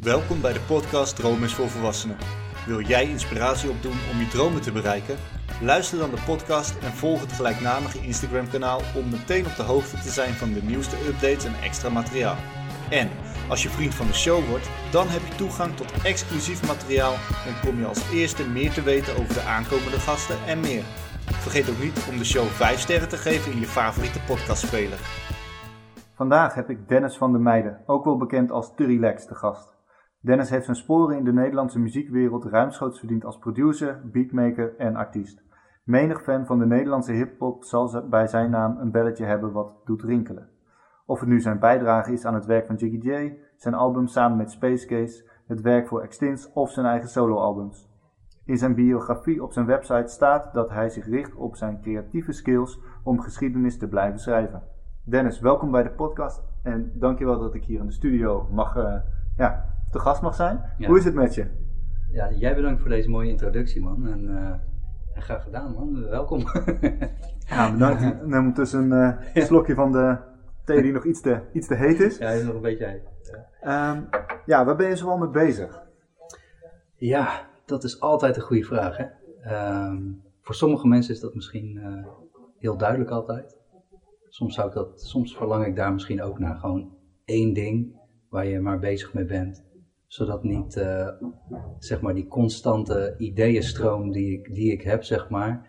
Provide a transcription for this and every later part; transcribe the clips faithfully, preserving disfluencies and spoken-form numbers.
Welkom bij de podcast Droom is voor Volwassenen. Wil jij inspiratie opdoen om je dromen te bereiken? Luister dan de podcast en volg het gelijknamige Instagram kanaal om meteen op de hoogte te zijn van de nieuwste updates en extra materiaal. En als je vriend van de show wordt, dan heb je toegang tot exclusief materiaal en kom je als eerste meer te weten over de aankomende gasten en meer. Vergeet ook niet om de show vijf sterren te geven in je favoriete podcastspeler. Vandaag heb ik Dennis van der Meijden, ook wel bekend als Turrilex, te gast. Dennis heeft zijn sporen in de Nederlandse muziekwereld ruimschoots verdiend als producer, beatmaker en artiest. Menig fan van de Nederlandse hiphop zal bij zijn naam een belletje hebben wat doet rinkelen. Of het nu zijn bijdrage is aan het werk van Jiggy J, zijn album samen met Space Case, het werk voor Extins of zijn eigen soloalbums. In zijn biografie op zijn website staat dat hij zich richt op zijn creatieve skills om geschiedenis te blijven schrijven. Dennis, welkom bij de podcast en dankjewel dat ik hier in de studio mag, uh, ja, te gast mag zijn. Ja. Hoe is het met je? Ja, jij bedankt voor deze mooie introductie, man. En, uh, en graag gedaan, man. Welkom. Ja, bedankt. En ondertussen een uh, slokje van de thee die nog iets te, iets te heet is. Ja, hij is nog een beetje heet. Ja, um, ja waar ben je zoal mee bezig? Ja, dat is altijd een goede vraag, hè. Um, voor sommige mensen is dat misschien uh, heel duidelijk altijd. Soms, zou ik dat, soms verlang ik daar misschien ook naar. Gewoon één ding waar je maar bezig mee bent. Zodat niet, uh, zeg maar, die constante ideeënstroom die ik, die ik heb, zeg maar,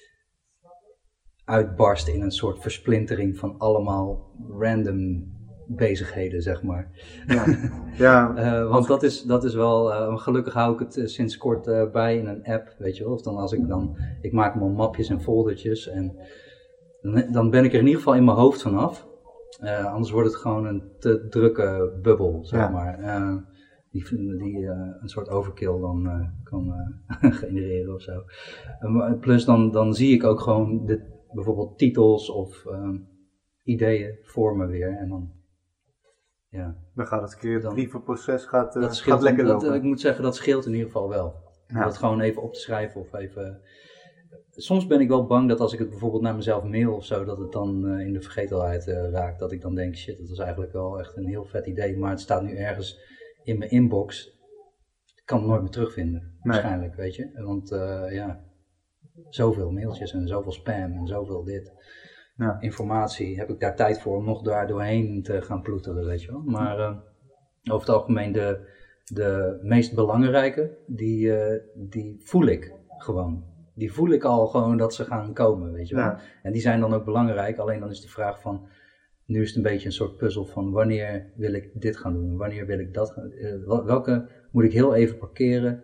uitbarst in een soort versplintering van allemaal random bezigheden, zeg maar. Ja, ja. uh, want dat is, dat is wel, uh, gelukkig hou ik het uh, sinds kort uh, bij in een app, weet je wel. Of dan als ik dan, ik maak me mapjes en foldertjes en dan, dan ben ik er in ieder geval in mijn hoofd vanaf. Uh, anders wordt het gewoon een te drukke bubbel, zeg ja. maar. Uh, die die uh, een soort overkill dan uh, kan uh, genereren of zo. Uh, plus dan, dan zie ik ook gewoon de, bijvoorbeeld titels of uh, ideeën voor me weer. En dan, ja. Dan gaat het creatieve proces gaat, uh, dat scheelt, gaat lekker dat, lopen. Ik moet zeggen, dat scheelt in ieder geval wel. Ja. Dat gewoon even op te schrijven of even... Soms ben ik wel bang dat als ik het bijvoorbeeld naar mezelf mail of zo, dat het dan uh, in de vergetelheid uh, raakt. Dat ik dan denk, shit, dat was eigenlijk wel echt een heel vet idee. Maar het staat nu ergens in mijn inbox. Ik kan het nooit meer terugvinden, nee. Waarschijnlijk, weet je. Want uh, ja, zoveel mailtjes en zoveel spam en zoveel dit. Ja. Informatie, heb ik daar tijd voor om nog daar doorheen te gaan ploeteren, weet je wel. Maar uh, over het algemeen de, de meest belangrijke, die, uh, die voel ik gewoon. Die voel ik al gewoon dat ze gaan komen, weet je wel. Ja. En die zijn dan ook belangrijk. Alleen dan is de vraag van, nu is het een beetje een soort puzzel van wanneer wil ik dit gaan doen? Wanneer wil ik dat gaan doen? Uh, welke moet ik heel even parkeren?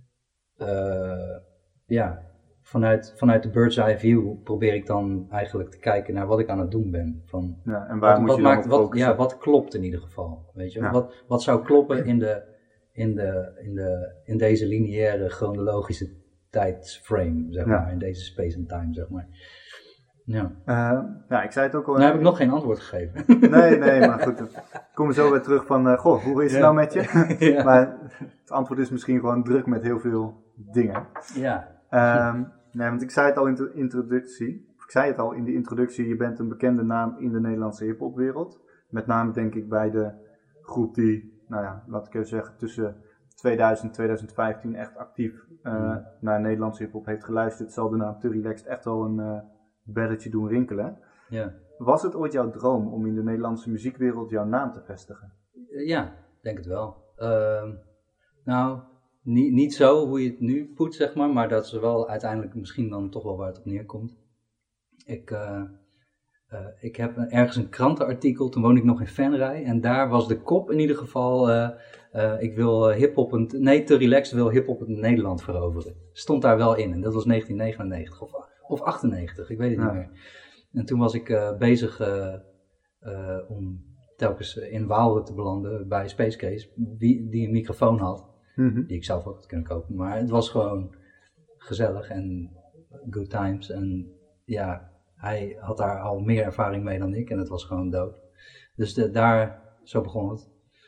Uh, ja, vanuit, vanuit de bird's eye view probeer ik dan eigenlijk te kijken naar wat ik aan het doen ben. Van, ja, en waar wat, moet wat je maakt, dan op wat, ja, wat klopt in ieder geval, weet je? Ja. Wat, wat zou kloppen in, de, in, de, in, de, in deze lineaire chronologische tijdsframe, zeg maar, ja. In deze space and time, zeg maar. Ja. Uh, ja, ik zei het ook al. Nou heb ik nog geen antwoord gegeven. Nee, nee, maar goed. Kom er zo weer terug van, uh, goh, hoe is het ja. nou met je? Ja. Maar het antwoord is misschien gewoon druk met heel veel dingen. Ja. Um, nee, want ik zei het al in de introductie, of ik zei het al in de introductie, je bent een bekende naam in de Nederlandse hiphopwereld. Met name denk ik bij de groep die, nou ja, laat ik even zeggen, tussen tweeduizend en tweeduizend vijftien echt actief uh, mm. naar Nederlandse hiphop heeft geluisterd, zal de naam Turrilex echt wel een uh, belletje doen rinkelen. Ja. Was het ooit jouw droom om in de Nederlandse muziekwereld jouw naam te vestigen? Ja, denk het wel. Uh, nou, niet, niet zo hoe je het nu voelt, zeg maar, maar dat is wel uiteindelijk misschien dan toch wel waar het op neerkomt. Ik, uh, uh, ik heb ergens een krantenartikel, toen woonde ik nog in Venray, en daar was de kop in ieder geval... Uh, Uh, ik wil uh, hiphop, een, nee, Turrilex wil hiphop in Nederland veroveren. Stond daar wel in en dat was negentien negenennegentig of, of achtennegentig, ik weet het ja. niet meer. En toen was ik uh, bezig uh, uh, om telkens in Waalre te belanden bij Space Case, die, die een microfoon had, mm-hmm. die ik zelf ook had kunnen kopen. Maar het was gewoon gezellig en good times en ja, hij had daar al meer ervaring mee dan ik en het was gewoon dood. Dus de, daar, zo begon het.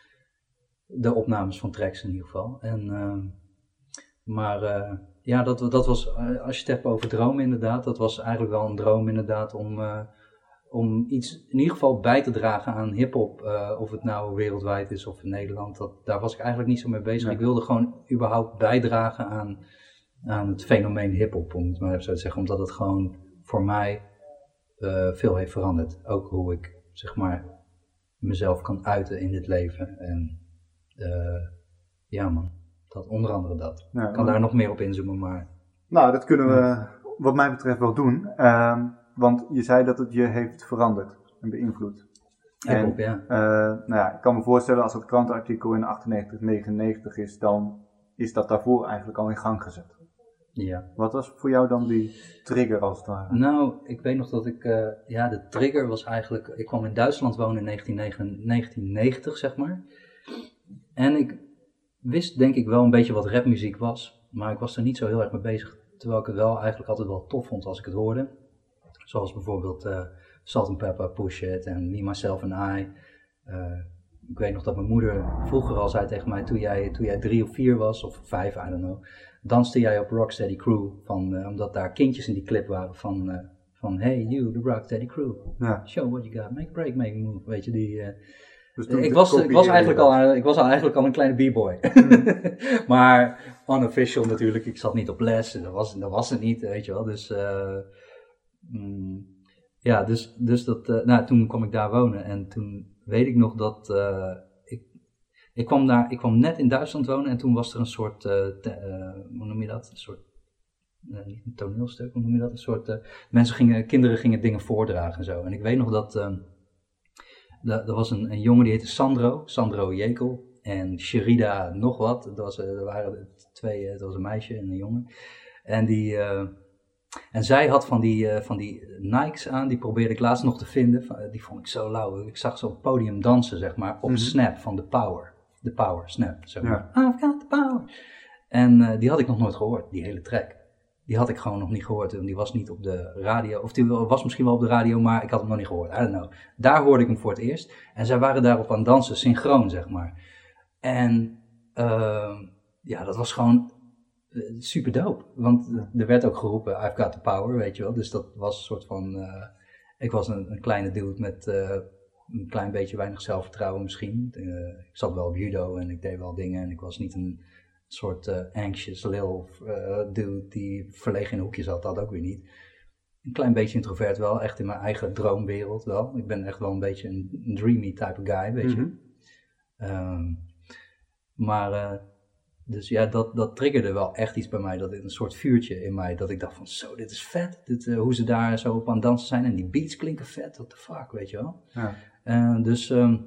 De opnames van tracks in ieder geval. En, uh, maar uh, ja, dat, dat was, uh, als je het hebt over dromen inderdaad, dat was eigenlijk wel een droom inderdaad om, uh, om iets in ieder geval bij te dragen aan hiphop, uh, of het nou wereldwijd is of in Nederland, dat, daar was ik eigenlijk niet zo mee bezig. Nee. Ik wilde gewoon überhaupt bijdragen aan, aan het fenomeen hiphop, om het maar even zo te zeggen, omdat het gewoon voor mij uh, veel heeft veranderd. Ook hoe ik, zeg maar, mezelf kan uiten in dit leven. En uh, ja man, dat, onder andere dat. Ja, ik kan daar nog meer op inzoomen, maar... Nou, dat kunnen we ja. wat mij betreft wel doen. Uh, want je zei dat het je heeft veranderd en beïnvloed. Ja, en, ja. Uh, nou ja, ik kan me voorstellen als dat krantenartikel in achtennegentig, negenennegentig is, dan is dat daarvoor eigenlijk al in gang gezet. Ja. Wat was voor jou dan die trigger als het ware? Nou, ik weet nog dat ik, uh, ja, de trigger was eigenlijk, ik kwam in Duitsland wonen in negentien negentig, zeg maar. En ik wist denk ik wel een beetje wat rapmuziek was, maar ik was er niet zo heel erg mee bezig. Terwijl ik het wel eigenlijk altijd wel tof vond als ik het hoorde. Zoals bijvoorbeeld uh, Salt and Pepper, Push It en Me, Myself and I. Uh, ik weet nog dat mijn moeder vroeger al zei tegen mij, toen jij, toen jij drie of vier was, of vijf, I don't know, danste jij op Rocksteady Crew, van, uh, omdat daar kindjes in die clip waren van, uh, van hey you, the Rocksteady Crew, ja. Show what you got, make a break, make a move, weet je, die... Uh, dus ik, was, ik, was eigenlijk al, ik was al eigenlijk al een kleine b-boy, mm. maar unofficial natuurlijk, ik zat niet op les, dat was, dat was het niet, weet je wel, dus... Uh, mm, ja, dus, dus dat, uh, nou, toen kwam ik daar wonen en toen weet ik nog dat... Uh, Ik kwam, daar, ik kwam net in Duitsland wonen en toen was er een soort, uh, te, uh, hoe noem je dat, een soort, uh, niet een toneelstuk, hoe noem je dat, een soort, uh, mensen gingen, kinderen gingen dingen voordragen en zo. En ik weet nog dat, uh, da, er was een, een jongen die heette Sandro, Sandro Jekel en Sherida nog wat, dat was, uh, er waren twee, uh, dat was een meisje en een jongen. En die... Uh, En zij had van die, uh, van die Nikes aan, die probeerde ik laatst nog te vinden. Die vond ik zo lauw. Ik zag ze op het podium dansen, zeg maar, op mm-hmm. Snap van The Power. The Power, Snap, zeg maar. Ja. I've got the power. En uh, die had ik nog nooit gehoord, die hele track. Die had ik gewoon nog niet gehoord. En die was niet op de radio, of die was misschien wel op de radio, maar ik had hem nog niet gehoord. I don't know. Daar hoorde ik hem voor het eerst. En zij waren daarop aan het dansen, synchroon, zeg maar. En uh, ja, dat was gewoon... super dope, want er werd ook geroepen I've got the power, weet je wel, dus dat was een soort van, uh, ik was een, een kleine dude met uh, een klein beetje weinig zelfvertrouwen misschien, uh, ik zat wel op judo en ik deed wel dingen en ik was niet een soort uh, anxious little uh, dude die verlegen in een hoekje zat, dat ook weer niet. Een klein beetje introvert wel, echt in mijn eigen droomwereld wel, ik ben echt wel een beetje een, een dreamy type of guy, weet mm-hmm. je. Um, maar... Uh, Dus ja, dat, dat triggerde wel echt iets bij mij, dat een soort vuurtje in mij, dat ik dacht van zo, dit is vet, dit, uh, hoe ze daar zo op aan het dansen zijn en die beats klinken vet, what the fuck, weet je wel. Ja. Uh, dus, um,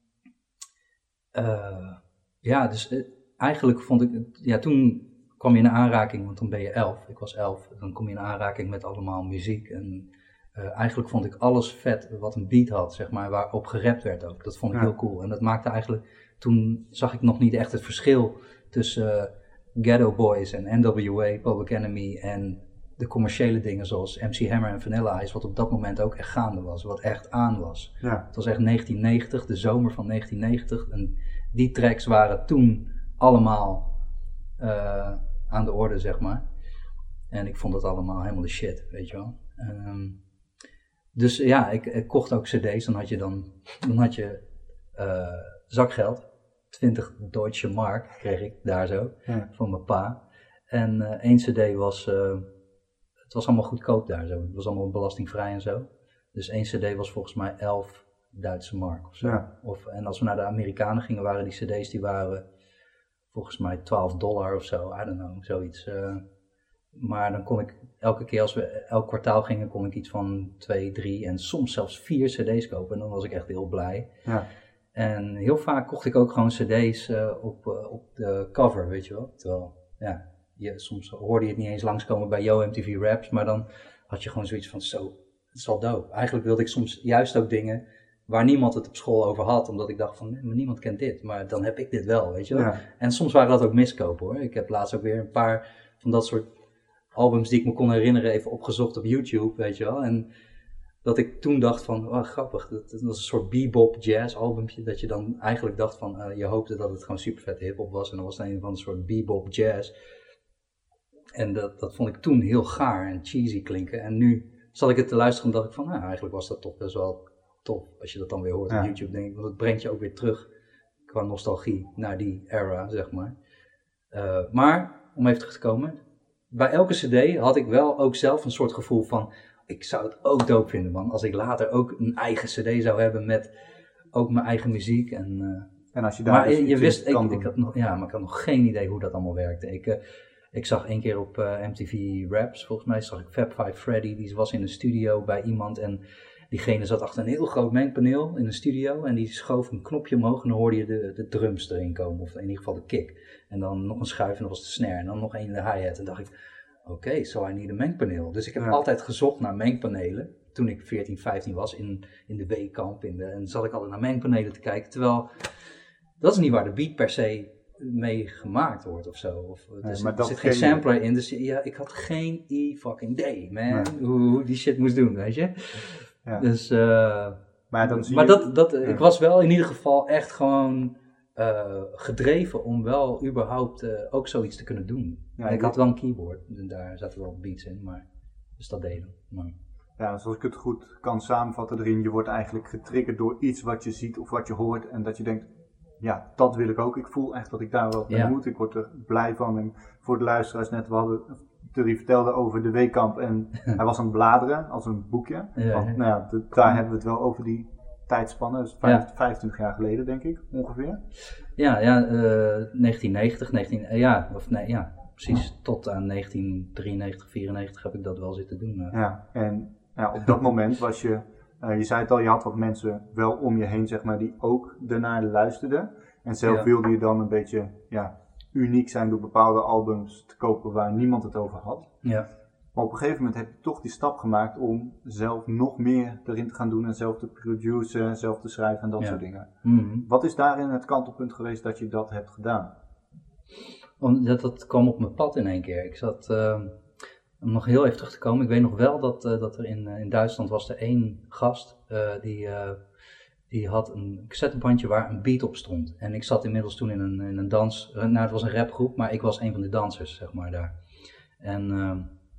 uh, ja, dus uh, eigenlijk vond ik, ja, toen kwam je in aanraking, want toen ben je elf, ik was elf, dan kom je in aanraking met allemaal muziek en uh, eigenlijk vond ik alles vet wat een beat had, zeg maar, waarop gerapt werd ook, dat vond ik ja. heel cool en dat maakte eigenlijk, toen zag ik nog niet echt het verschil tussen uh, Ghetto Boys en N W A, Public Enemy en de commerciële dingen zoals M C Hammer en Vanilla Ice, wat op dat moment ook echt gaande was, wat echt aan was. Ja. Het was echt negentien negentig, de zomer van negentien negentig en die tracks waren toen allemaal uh, aan de orde, zeg maar. En ik vond dat allemaal helemaal de shit, weet je wel. Um, dus ja, ik, ik kocht ook cd's, dan had je dan, dan had je uh, zakgeld. twintig Deutsche Mark kreeg ik daar zo, ja. van mijn pa. En uh, één cd was, uh, het was allemaal goedkoop daar zo. Het was allemaal belastingvrij en zo. Dus één cd was volgens mij elf Duitse Mark of zo. Ja. Of, en als we naar de Amerikanen gingen, waren die cd's, die waren volgens mij twaalf dollar of zo. I don't know, zoiets. Uh, maar dan kon ik, elke keer als we elk kwartaal gingen, kon ik iets van twee, drie en soms zelfs vier cd's kopen. En dan was ik echt heel blij. Ja. En heel vaak kocht ik ook gewoon cd's uh, op, uh, op de cover, weet je wel. Terwijl, ja, je, soms hoorde je het niet eens langskomen bij Yo M T V Raps, maar dan had je gewoon zoiets van, zo, het is wel dope. Eigenlijk wilde ik soms juist ook dingen waar niemand het op school over had, omdat ik dacht van, nee, maar niemand kent dit, maar dan heb ik dit wel, weet je wel. Ja. En soms waren dat ook miskopen hoor. Ik heb laatst ook weer een paar van dat soort albums die ik me kon herinneren even opgezocht op YouTube, weet je wel. En dat ik toen dacht van, oh grappig, dat, dat was een soort bebop jazz albumpje, dat je dan eigenlijk dacht van, uh, je hoopte dat het gewoon super vette hiphop was en dan was het een van een soort bebop jazz. En dat, dat vond ik toen heel gaar en cheesy klinken en nu zat ik het te luisteren en dacht ik van, nou, eigenlijk was dat toch best wel tof. Als je dat dan weer hoort ja. op YouTube, denk ik, want het brengt je ook weer terug qua nostalgie naar die era, zeg maar. Uh, maar, om even terug te komen, bij elke cd had ik wel ook zelf een soort gevoel van, ik zou het ook dope vinden, man. Als ik later ook een eigen cd zou hebben met ook mijn eigen muziek. En, uh, en als je daar maar dus je, je wist, ik, kan ik had nog, ja, maar ik had nog geen idee hoe dat allemaal werkte. Ik, uh, ik zag één keer op uh, M T V Raps, volgens mij zag ik Fab Five Freddy, die was in een studio bij iemand en diegene zat achter een heel groot mengpaneel in een studio en die schoof een knopje omhoog en dan hoorde je de, de drums erin komen, of in ieder geval de kick. En dan nog een schuif en dat was de snare en dan nog één in de hi-hat en dacht ik, oké, okay, so I need een mengpaneel. Dus ik heb ja. altijd gezocht naar mengpanelen. Toen ik veertien, vijftien was in, in de W-kamp. In de, en zat ik altijd naar mengpanelen te kijken. Terwijl, dat is niet waar de beat per se mee gemaakt wordt of zo. Of, nee, dus, maar er zit geen sampler in. Dus ja, ik had geen e-fucking-day, man. Nee. Hoe, hoe die shit moest doen, weet je. Ja. Dus, uh, maar dan zie maar je... dat, dat, ja. ik was wel in ieder geval echt gewoon... Uh, gedreven om wel überhaupt uh, ook zoiets te kunnen doen. Ja, ik had wel een keyboard en daar zaten wel beats in, maar dus dat deden. Maar... Ja, zoals ik het goed kan samenvatten erin, je wordt eigenlijk getriggerd door iets wat je ziet of wat je hoort en dat je denkt, ja, dat wil ik ook. Ik voel echt dat ik daar wel mee ja. moet. Ik word er blij van. En voor de luisteraars net, we hadden, Turry vertelde over de W-kamp en hij was aan het bladeren als een boekje. Ja, Want, nou ja, de, daar hebben we het wel over die tijdspannen, dus vijf, ja. vijfentwintig jaar geleden denk ik, ongeveer. Ja, ja, uh, negentien negentig, negentien, uh, ja, of nee, ja, precies, ja. tot aan negentien drieënnegentig, vierennegentig heb ik dat wel zitten doen. Uh. Ja, en ja, op dat moment was je, uh, je zei het al, je had wat mensen wel om je heen, zeg maar, die ook ernaar luisterden. En zelf ja. wilde je dan een beetje, ja, uniek zijn door bepaalde albums te kopen waar niemand het over had. Ja. Maar op een gegeven moment heb je toch die stap gemaakt om zelf nog meer erin te gaan doen en zelf te produceren, zelf te schrijven en dat ja. soort dingen. Mm-hmm. Wat is daarin het kantelpunt geweest dat je dat hebt gedaan? Omdat dat kwam op mijn pad in één keer. Ik zat, uh, om nog heel even terug te komen, ik weet nog wel dat, uh, dat er in, uh, in Duitsland was er één gast uh, die, uh, die had een cassettebandje waar een beat op stond. En ik zat inmiddels toen in een, in een dans, uh, nou het was een rapgroep, maar ik was een van de dansers, zeg maar, daar. En... Uh,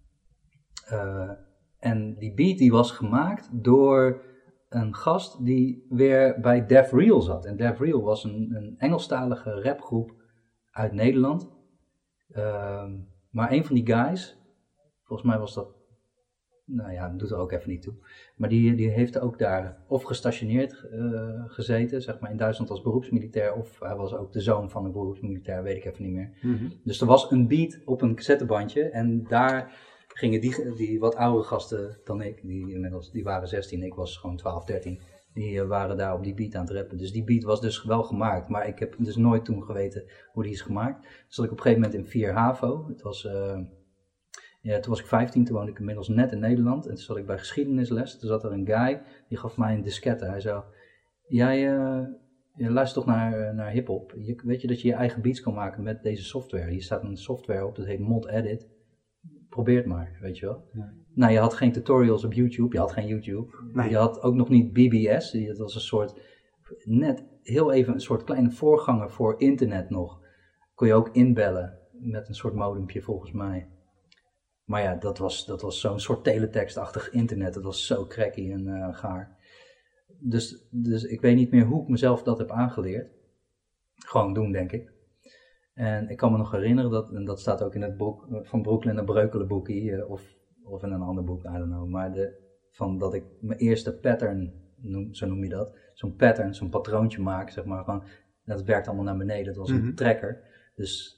Uh, en die beat die was gemaakt door een gast die weer bij Def Real zat. En Def Real was een, een Engelstalige rapgroep uit Nederland. Uh, maar een van die guys, volgens mij was dat, nou ja, dat doet er ook even niet toe. Maar die, die heeft ook daar of gestationeerd uh, gezeten, zeg maar in Duitsland als beroepsmilitair. Of hij was ook de zoon van een beroepsmilitair, weet ik even niet meer. Mm-hmm. Dus er was een beat op een cassettebandje en daar... gingen die, die wat oudere gasten dan ik, die inmiddels, die waren zestien, ik was gewoon twaalf, dertien, die uh, waren daar op die beat aan het rappen. Dus die beat was dus wel gemaakt, maar ik heb dus nooit toen geweten hoe die is gemaakt. Dus zat ik op een gegeven moment in vier HAVO, het was, uh, ja, toen was ik vijftien, toen woonde ik inmiddels net in Nederland. En toen zat ik bij geschiedenisles, toen zat er een guy, die gaf mij een diskette. Hij zei, jij uh, je luistert toch naar, uh, naar hiphop, je, weet je dat je je eigen beats kan maken met deze software. Hier staat een software op, dat heet Mod Edit. Probeer het maar, weet je wel. Ja. Nou, je had geen tutorials op YouTube, je had geen YouTube. Nee. Je had ook nog niet B B S, dat was een soort, net heel even een soort kleine voorganger voor internet nog. Kon je ook inbellen met een soort modempje volgens mij. Maar ja, dat was, dat was zo'n soort teletext-achtig internet, dat was zo cracky en uh, gaar. Dus, dus ik weet niet meer hoe ik mezelf dat heb aangeleerd. Gewoon doen, denk ik. En ik kan me nog herinneren, dat, en dat staat ook in het boek van Brooklyn naar Breukelen boekie, uh, of, of in een ander boek, I don't know, maar de, van dat ik mijn eerste pattern, noem, zo noem je dat, zo'n pattern, zo'n patroontje maak, zeg maar, van, dat werkt allemaal naar beneden, dat was een mm-hmm. trekker, dus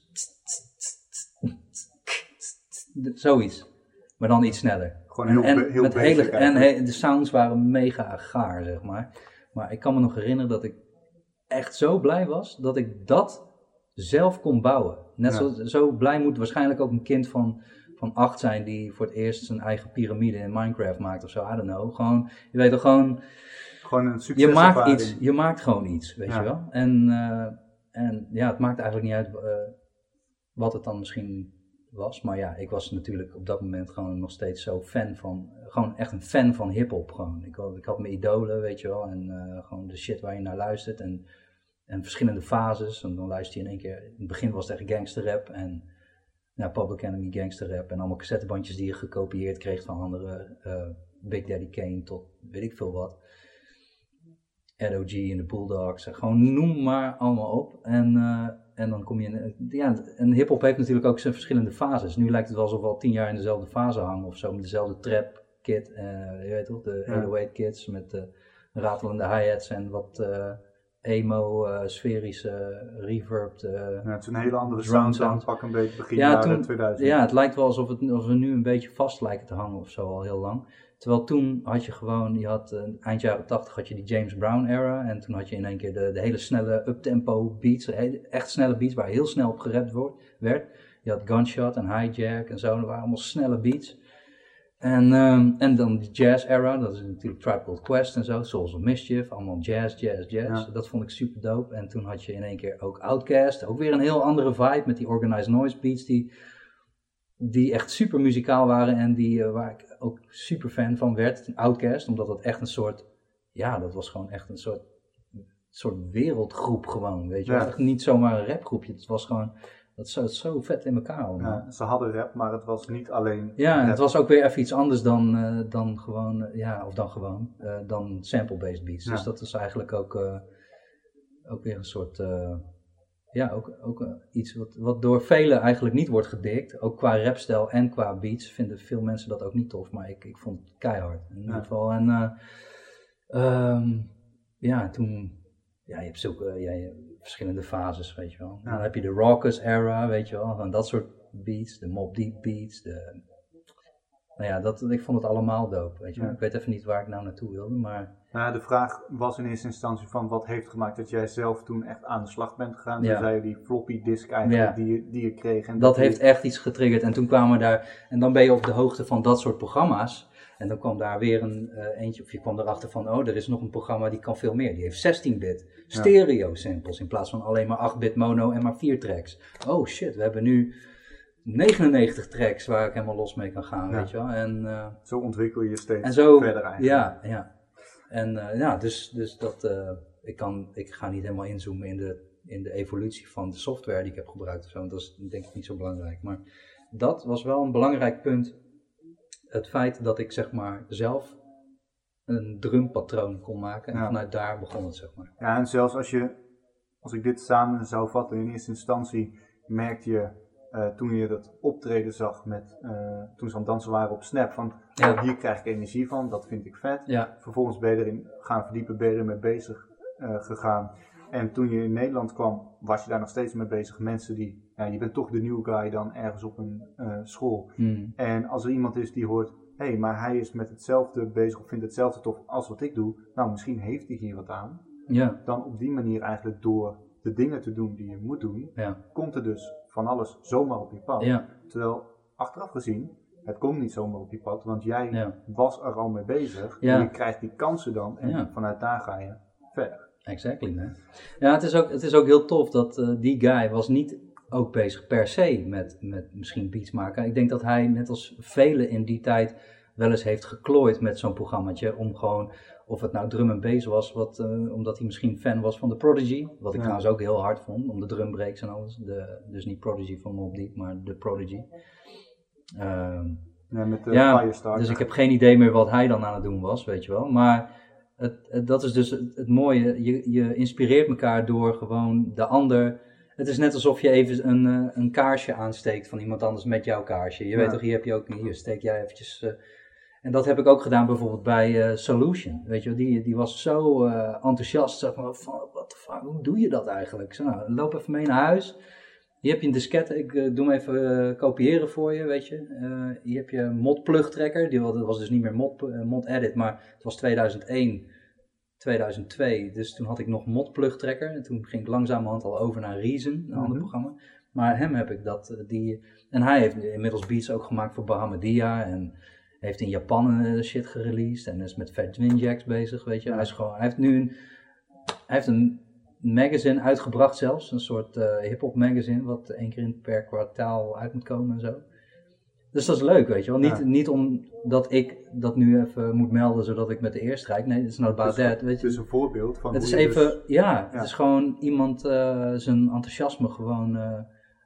zoiets, maar dan iets sneller. Gewoon heel, en, heel met hele, en he, de sounds waren mega gaar, zeg maar, maar ik kan me nog herinneren dat ik echt zo blij was, dat ik dat zelf kon bouwen. Net ja. zo, zo blij moet waarschijnlijk ook een kind van, van acht zijn die voor het eerst zijn eigen piramide in Minecraft maakt of zo, I don't know. Gewoon, je weet toch gewoon... Gewoon een succes. Je maakt iets, je maakt gewoon iets, weet ja. je wel. En, uh, en ja, het maakt eigenlijk niet uit uh, wat het dan misschien was. Maar ja, ik was natuurlijk op dat moment gewoon nog steeds zo fan van, gewoon echt een fan van hiphop gewoon. Ik, ik had mijn idolen, weet je wel, en uh, gewoon de shit waar je naar luistert en... En verschillende fases. En dan luister je in één keer. In het begin was het echt gangsterrap. En ja, Public Enemy, gangster rap en allemaal cassettebandjes die je gekopieerd kreeg van andere, uh, Big Daddy Kane tot weet ik veel wat. Ed O G en de Bulldogs, gewoon noem maar allemaal op. En, uh, en dan kom je in, ja, en hip-hop heeft natuurlijk ook zijn verschillende fases. Nu lijkt het wel alsof we al tien jaar in dezelfde fase hangen of zo, met dezelfde trap kit, uh, je weet toch, de ja. honderdachttien kids met uh, ratelende hi-hats en wat uh, emo, uh, sferische, reverbed. Uh, ja, het is een hele andere sound dan pak een beetje begin ja, jaren toen, tweeduizend. Ja, het lijkt wel alsof, het, alsof we nu een beetje vast lijken te hangen of zo al heel lang. Terwijl toen had je gewoon, je had uh, eind jaren tachtig had je die James Brown era en toen had je in één keer de, de hele snelle uptempo beats, echt snelle beats waar heel snel op gerapt wordt, werd. Je had Gunshot en Hijack en zo, dat waren allemaal snelle beats. En, um, en dan de jazz era, dat is natuurlijk Tribe Called Quest en zo, Souls of Mischief, allemaal jazz, jazz, jazz. Ja. Dat vond ik super dope. En toen had je in één keer ook Outkast, ook weer een heel andere vibe met die Organized Noise beats die, die echt super muzikaal waren en die, uh, waar ik ook super fan van werd, Outkast, omdat dat echt een soort, ja, dat was gewoon echt een soort, soort wereldgroep gewoon, weet je wel. Ja. Echt niet zomaar een rapgroepje, het was gewoon... Dat zat zo vet in elkaar allemaal. Ja, ze hadden rap, maar het was niet alleen Ja, rap. Het was ook weer even iets anders dan, uh, dan gewoon, uh, ja, of dan gewoon, uh, dan sample-based beats. Ja. Dus dat is eigenlijk ook, uh, ook weer een soort, uh, ja, ook, ook uh, iets wat, wat door velen eigenlijk niet wordt gedikt. Ook qua rapstijl en qua beats vinden veel mensen dat ook niet tof, maar ik, ik vond het keihard in ieder geval. En uh, um, ja, toen, ja, je hebt zulke, uh, ja, je, verschillende fases, weet je wel. Ja. Dan heb je de Raucous era, weet je wel, van dat soort beats, de Mobb Deep beats, de... Nou ja, dat, ik vond het allemaal dope, weet je wel. Ja. Ik weet even niet waar ik nou naartoe wilde, maar... Nou, de vraag was in eerste instantie van wat heeft gemaakt dat jij zelf toen echt aan de slag bent gegaan. Ja. Toen zei je die floppy disk eigenlijk ja. die, je, die je kreeg. En dat dat heeft je... echt iets getriggerd en toen kwamen we daar... En dan ben je op de hoogte van dat soort programma's. En dan kwam daar weer een uh, eentje, of je kwam erachter van, oh, er is nog een programma die kan veel meer. Die heeft zestien bit stereo samples in plaats van alleen maar acht bit mono en maar vier tracks. Oh shit, we hebben nu negenennegentig tracks waar ik helemaal los mee kan gaan, ja. weet je wel. En, uh, zo ontwikkel je je steeds en zo, verder eigenlijk. Ja, ja. En uh, ja, dus, dus dat, uh, ik, kan, ik ga niet helemaal inzoomen in de, in de evolutie van de software die ik heb gebruikt of zo, want dat is denk ik niet zo belangrijk. Maar dat was wel een belangrijk punt. Het feit dat ik zeg maar zelf een drumpatroon kon maken en ja. vanuit daar begon het zeg maar. Ja, en zelfs als je, als ik dit samen zou vatten, in eerste instantie merkte je uh, toen je dat optreden zag met, uh, toen ze aan het dansen waren op Snap, van ja. oh, hier krijg ik energie van, dat vind ik vet. Ja. Vervolgens ben je erin gaan verdiepen, ben je er mee bezig uh, gegaan. En toen je in Nederland kwam, was je daar nog steeds mee bezig. Mensen die, ja, je bent toch de new guy dan ergens op een uh, school. Hmm. En als er iemand is die hoort, hé, hey, maar hij is met hetzelfde bezig of vindt hetzelfde tof als wat ik doe. Nou, misschien heeft hij hier wat aan. Ja. Dan op die manier eigenlijk door de dingen te doen die je moet doen, ja. komt er dus van alles zomaar op je pad. Ja. Terwijl, achteraf gezien, het komt niet zomaar op je pad, want jij ja. was er al mee bezig. Ja. En je krijgt die kansen dan en ja. vanuit daar ga je verder. Exactly, man. Ja, het is ook, het is ook heel tof dat uh, die guy was niet ook bezig per se met, met misschien beats maken. Ik denk dat hij, net als velen in die tijd, wel eens heeft geklooid met zo'n programmaatje om gewoon, of het nou drum en bass was, wat, uh, omdat hij misschien fan was van The Prodigy, wat ik ja. trouwens ook heel hard vond, om de drumbreaks en alles. De, dus niet Prodigy van Mobb Deep, maar The Prodigy. Um, ja, met de ja, Firestarter. Dus ik heb geen idee meer wat hij dan aan het doen was, weet je wel. Maar het, het, dat is dus het, het mooie, je, je inspireert elkaar door gewoon de ander. Het is net alsof je even een, een kaarsje aansteekt van iemand anders met jouw kaarsje. Je ja. weet toch, hier heb je ook, hier steek jij eventjes. Uh, en dat heb ik ook gedaan bijvoorbeeld bij uh, Solution. Weet je wel, die, die was zo uh, enthousiast. Zeg maar, van, what the fuck, hoe doe je dat eigenlijk? Ik zei, nou, loop even mee naar huis. Hier heb je een diskette, ik uh, doe hem even uh, kopiëren voor je, weet je. Uh, hier heb je een mod-plug tracker, die was, dat was dus niet meer mod, uh, mod edit, maar het was tweeduizend één, tweeduizend twee. Dus toen had ik nog mod-plug tracker en toen ging ik langzamerhand al over naar Reason, een mm-hmm. ander programma. Maar hem heb ik dat, uh, die, en hij heeft inmiddels beats ook gemaakt voor Bahamadia en heeft in Japan uh, shit gereleased en is met Fat Twin Jacks bezig, weet je. Hij, is gewoon, hij heeft nu een, hij heeft een magazine uitgebracht zelfs, een soort uh, hip-hop magazine, wat één keer in per kwartaal uit moet komen en zo. Dus dat is leuk, weet je wel. Niet, ja. niet omdat ik dat nu even moet melden, zodat ik met de eerste rijd. Nee, it's not about dus, that, weet je. Het is een voorbeeld van het hoe is je even, dus... ja, het ja. is gewoon iemand uh, zijn enthousiasme gewoon uh,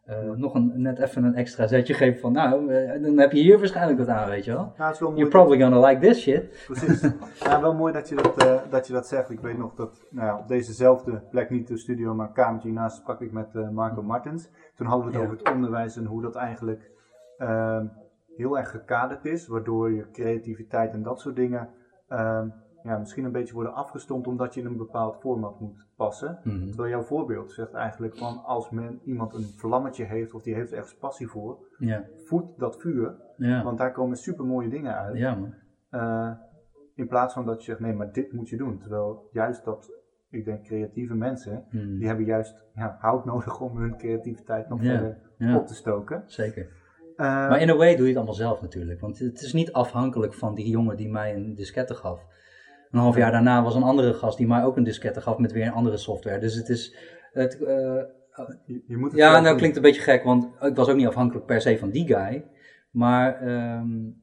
uh, nog een, net even een extra zetje geven van, nou, uh, dan heb je hier waarschijnlijk wat aan, weet je wel. Ja, het is wel mooi. You're probably gonna like this shit. Precies. Ja, wel mooi dat je dat, uh, dat je dat zegt. Ik weet nog dat, nou ja, op dezezelfde plek, niet de studio, maar een kamertje hiernaast, sprak ik met uh, Marco Martens. Toen hadden we het ja. over het onderwijs en hoe dat eigenlijk uh, heel erg gekaderd is, waardoor je creativiteit en dat soort dingen uh, ja, misschien een beetje worden afgestompt omdat je in een bepaald format moet passen. Mm-hmm. Terwijl jouw voorbeeld zegt eigenlijk van als men iemand een vlammetje heeft of die heeft ergens passie voor, yeah. voed dat vuur, yeah. want daar komen super mooie dingen uit. Yeah, man. Uh, in plaats van dat je zegt nee, maar dit moet je doen. Terwijl juist dat, ik denk creatieve mensen, mm. die hebben juist ja, hout nodig om hun creativiteit nog yeah. verder yeah. op te stoken. Zeker. Uh, maar in a way doe je het allemaal zelf natuurlijk, want het is niet afhankelijk van die jongen die mij een diskette gaf. Een half jaar daarna was een andere gast die mij ook een diskette gaf met weer een andere software. Dus het is... Het, uh, je, je moet het ja, nou doen. Klinkt een beetje gek, want ik was ook niet afhankelijk per se van die guy. Maar um,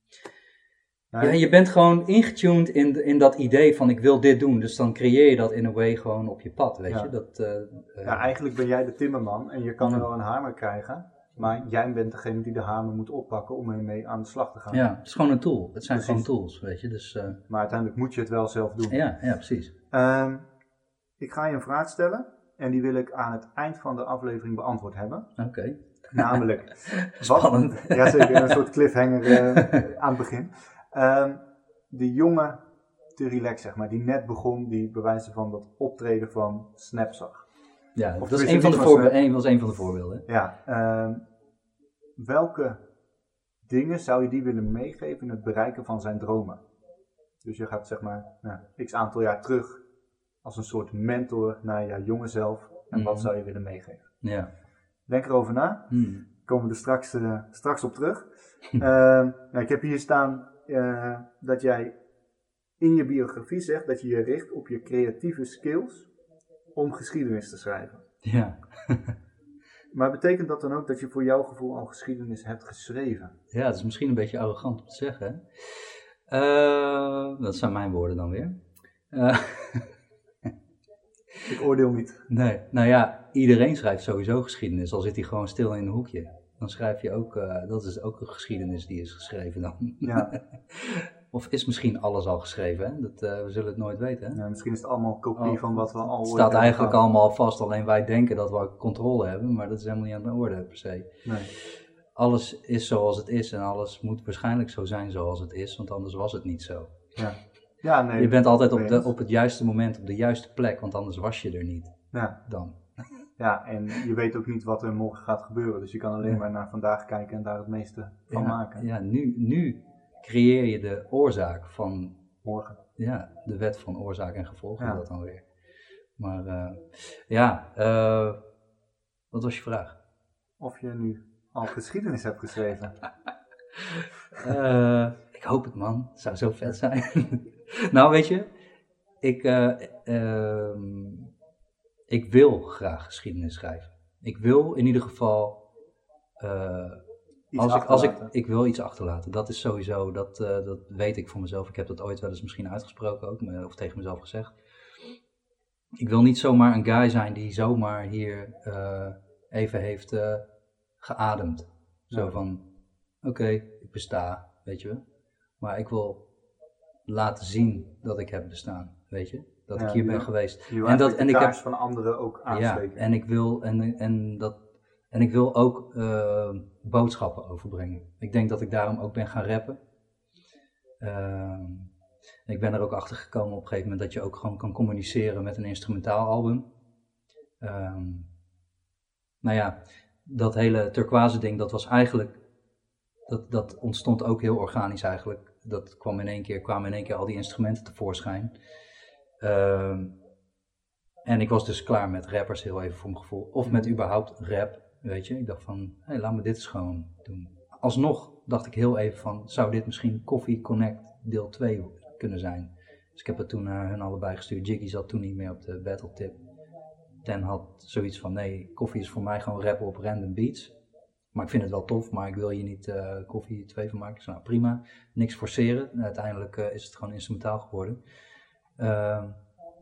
ja, je bent gewoon ingetuned in, in dat idee van ik wil dit doen. Dus dan creëer je dat in a way gewoon op je pad, weet ja. je. Dat, uh, ja, eigenlijk ben jij de timmerman en je kan ja. wel een hamer krijgen. Maar jij bent degene die de hamer moet oppakken om ermee aan de slag te gaan. Ja, het is gewoon een tool. Het zijn precies. gewoon tools, weet je. Dus, uh... maar uiteindelijk moet je het wel zelf doen. Ja, ja precies. Um, ik ga je een vraag stellen en die wil ik aan het eind van de aflevering beantwoord hebben. Oké. Okay. Namelijk... Spannend. Wat, ja, zeker. Een soort cliffhanger uh, aan het begin. Um, de jongen te relax, zeg maar, die net begon, die bewijzen van dat optreden van Snap zag. Ja, of dat is een van, de voorbe- een, was een van de voorbeelden. Ja, uh, welke dingen zou je die willen meegeven in het bereiken van zijn dromen? Dus je gaat zeg maar nou, x aantal jaar terug als een soort mentor naar jouw jonge zelf. En mm-hmm. wat zou je willen meegeven? Ja. Denk erover na. Mm. Komen we er straks, uh, straks op terug. uh, nou, ik heb hier staan uh, dat jij in je biografie zegt dat je je richt op je creatieve skills om geschiedenis te schrijven. Ja. Maar betekent dat dan ook dat je voor jouw gevoel al geschiedenis hebt geschreven? Ja, dat is misschien een beetje arrogant om te zeggen. Uh, dat zijn mijn woorden dan weer. Uh, ik oordeel niet. Nee, nou ja, iedereen schrijft sowieso geschiedenis, al zit hij gewoon stil in een hoekje. Dan schrijf je ook, uh, dat is ook een geschiedenis die is geschreven dan. Ja. Of is misschien alles al geschreven, hè? Dat, uh, we zullen het nooit weten. Hè? Ja, misschien is het allemaal kopie oh, van wat we al Het staat eigenlijk gehad. allemaal vast, alleen wij denken dat we controle hebben, maar dat is helemaal niet aan de orde per se. Nee. Alles is zoals het is en alles moet waarschijnlijk zo zijn zoals het is, want anders was het niet zo. Ja. Ja, nee, je bent altijd op, de, op het juiste moment, op de juiste plek, want anders was je er niet. Ja. Dan. Ja, en je weet ook niet wat er morgen gaat gebeuren, dus je kan alleen ja. maar naar vandaag kijken en daar het meeste van ja, maken. Ja, nu, nu creëer je de oorzaak van morgen. Ja, de wet van oorzaak en gevolg is ja. dat dan weer. Maar uh, ja, uh, wat was je vraag? Of je nu al geschiedenis hebt geschreven. uh, ik hoop het, man. Het zou zo vet zijn. Nou, weet je, ik, uh, uh, ik wil graag geschiedenis schrijven. Ik wil in ieder geval, uh, als ik, als ik, ik wil iets achterlaten. Dat is sowieso, dat, uh, dat weet ik voor mezelf. Ik heb dat ooit wel eens misschien uitgesproken ook, of tegen mezelf gezegd. Ik wil niet zomaar een guy zijn die zomaar hier uh, even heeft uh, geademd. Zo ja. van, oké, okay, ik besta, weet je wel. Maar ik wil laten zien dat ik heb bestaan, weet je. Dat ja, ik hier ben ja. geweest. Je en dat en ik heb van anderen ook aansteken. Ja, en ik wil en, en dat en ik wil ook uh, boodschappen overbrengen. Ik denk dat ik daarom ook ben gaan rappen. Uh, ik ben er ook achter gekomen op een gegeven moment dat je ook gewoon kan communiceren met een instrumentaal album. Uh, nou ja, dat hele turquoise ding, dat was eigenlijk, dat, dat ontstond ook heel organisch eigenlijk. Dat kwam in één keer, kwamen in één keer al die instrumenten tevoorschijn. Uh, en ik was dus klaar met rappers, heel even voor mijn gevoel. Of met überhaupt rap, weet je. Ik dacht van, hé, hey, laat me dit eens gewoon doen. Alsnog dacht ik heel even van, zou dit misschien Coffee Connect deel twee kunnen zijn? Dus ik heb het toen naar hun allebei gestuurd. Jiggy zat toen niet meer op de battle tip. Ten had zoiets van, nee, koffie is voor mij gewoon rappen op random beats. Maar ik vind het wel tof, maar ik wil hier niet uh, koffie twee van maken. Dus nou, prima, niks forceren. Uiteindelijk uh, is het gewoon instrumentaal geworden. Uh,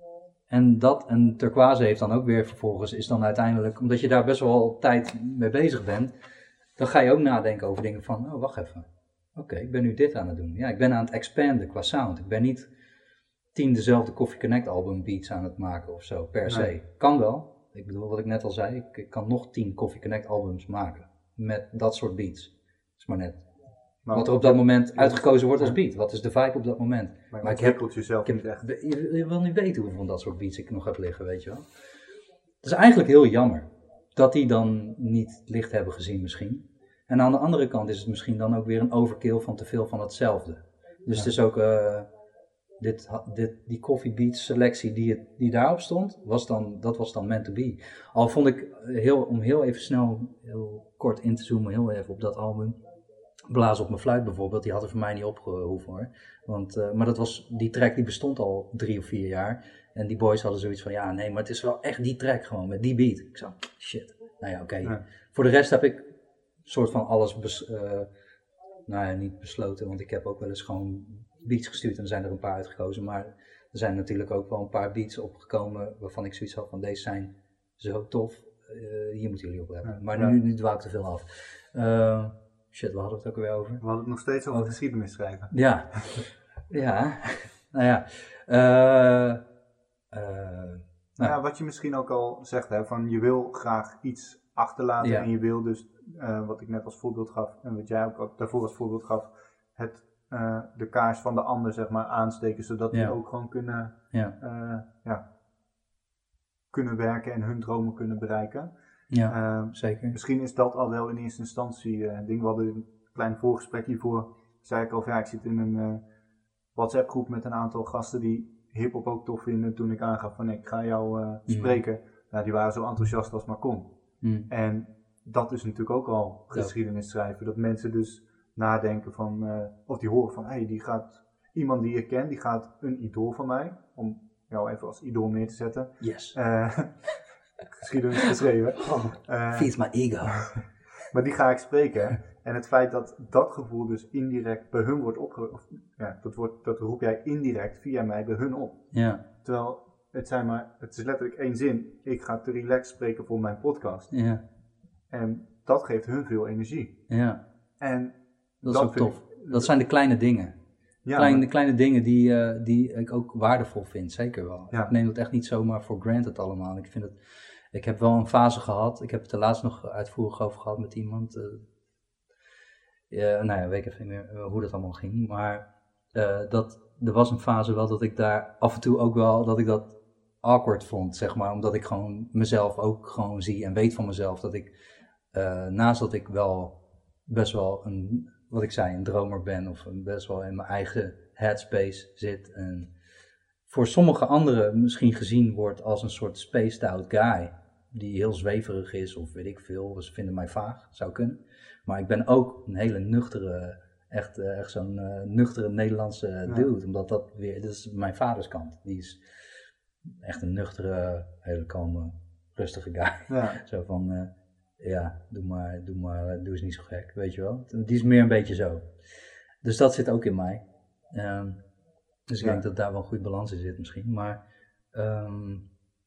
En dat en turquoise heeft dan ook weer vervolgens, is dan uiteindelijk, omdat je daar best wel tijd mee bezig bent, dan ga je ook nadenken over dingen van, oh wacht even, oké, okay, ik ben nu dit aan het doen. Ja, ik ben aan het expanden qua sound. Ik ben niet tien dezelfde Coffee Connect album beats aan het maken of zo, per se. Nee. Kan wel. Ik bedoel, wat ik net al zei, ik, ik kan nog tien Coffee Connect albums maken met dat soort beats. Is maar net. Maar wat er op dat moment uitgekozen wordt als beat. Wat is de vibe op dat moment? Maar, maar ik heb jezelf ik heb, niet echt. Je, je wil niet weten hoeveel van dat soort beats ik nog heb liggen, weet je wel. Het is eigenlijk heel jammer dat die dan niet licht hebben gezien misschien. En aan de andere kant is het misschien dan ook weer een overkill van te veel van hetzelfde. Dus ja. Het is ook, uh, dit, dit, die Coffee Beats selectie die, het, die daarop stond, was dan, dat was dan meant to be. Al vond ik, heel, om heel even snel, heel kort in te zoomen, heel even op dat album. Blazen op mijn fluit bijvoorbeeld, die had er voor mij niet opgehoeven hoor. Want, uh, maar dat was, die track die bestond al drie of vier jaar. En die boys hadden zoiets van, ja nee, maar het is wel echt die track gewoon, met die beat. Ik zei, shit, nou ja oké. Okay. Ja. Voor de rest heb ik soort van alles, bes, uh, nou ja, niet besloten. Want ik heb ook wel eens gewoon beats gestuurd en er zijn er een paar uitgekozen. Maar er zijn natuurlijk ook wel een paar beats opgekomen waarvan ik zoiets had van, deze zijn zo tof. Uh, hier moeten jullie op hebben. Ja. Maar ja. nu, nu dwaal ik te veel af. Uh, Shit, we hadden het ook weer over. We hadden het nog steeds over, over... geschiedenis schrijven. Ja, ja, nou ja. Uh, uh, nou ja, wat je misschien ook al zegt, hè, van je wil graag iets achterlaten ja. en je wil dus, uh, wat ik net als voorbeeld gaf en wat jij ook daarvoor als voorbeeld gaf, het, uh, de kaars van de ander zeg maar aansteken, zodat ja. die ook gewoon kunnen, ja. Uh, ja, kunnen werken en hun dromen kunnen bereiken. Ja, uh, zeker. Misschien is dat al wel in eerste instantie uh, ding. We hadden een klein voorgesprek hiervoor. Zei ik al, ja, ik zit in een uh, WhatsApp groep met een aantal gasten die hiphop ook tof vinden. Toen ik aangaf van ik ga jou uh, spreken. Mm. Nou, die waren zo enthousiast als maar kon. Mm. En dat is natuurlijk ook al geschiedenis schrijven. Dat mensen dus nadenken van, uh, of die horen van, hé, hey, die gaat, iemand die ik ken, die gaat een idool van mij, om jou even als idool neer te zetten. Yes. Uh, geschiedenis geschreven. Uh, Feeds my ego. Maar die ga ik spreken. En het feit dat dat gevoel dus indirect bij hun wordt opgeroepen, ja, dat, wordt, dat roep jij indirect via mij bij hun op. Ja. Terwijl het zijn maar, het is letterlijk één zin. Ik ga te relaxed spreken voor mijn podcast. Ja. En dat geeft hun veel energie. Ja. En dat is ook tof. Ik, dat zijn de kleine dingen. Ja, Klein, maar, de kleine dingen die, uh, die ik ook waardevol vind, zeker wel. Ja. Ik neem dat echt niet zomaar voor granted allemaal. Ik vind het, ik heb wel een fase gehad, ik heb het er laatst nog uitvoerig over gehad met iemand. Uh, uh, nou ja, weet ik even niet meer uh, hoe dat allemaal ging. Maar uh, dat, er was een fase wel dat ik daar af en toe ook wel, dat ik dat awkward vond, zeg maar. Omdat ik gewoon mezelf ook gewoon zie en weet van mezelf dat ik, uh, naast dat ik wel best wel een... wat ik zei, een dromer ben of best wel in mijn eigen headspace zit. En voor sommige anderen misschien gezien wordt als een soort spaced out guy. Die heel zweverig is of weet ik veel. Ze vinden mij vaag, zou kunnen. Maar ik ben ook een hele nuchtere, echt, echt zo'n uh, nuchtere Nederlandse ja. dude. Omdat dat weer, dat is mijn vaders kant. Die is echt een nuchtere, hele kalme, rustige guy. Ja. Zo van... Uh, Ja, doe maar, doe maar, doe eens niet zo gek, weet je wel. Die is meer een beetje zo. Dus dat zit ook in mij. Um, dus ik ja. denk dat daar wel een goede balans in zit misschien. Maar, um,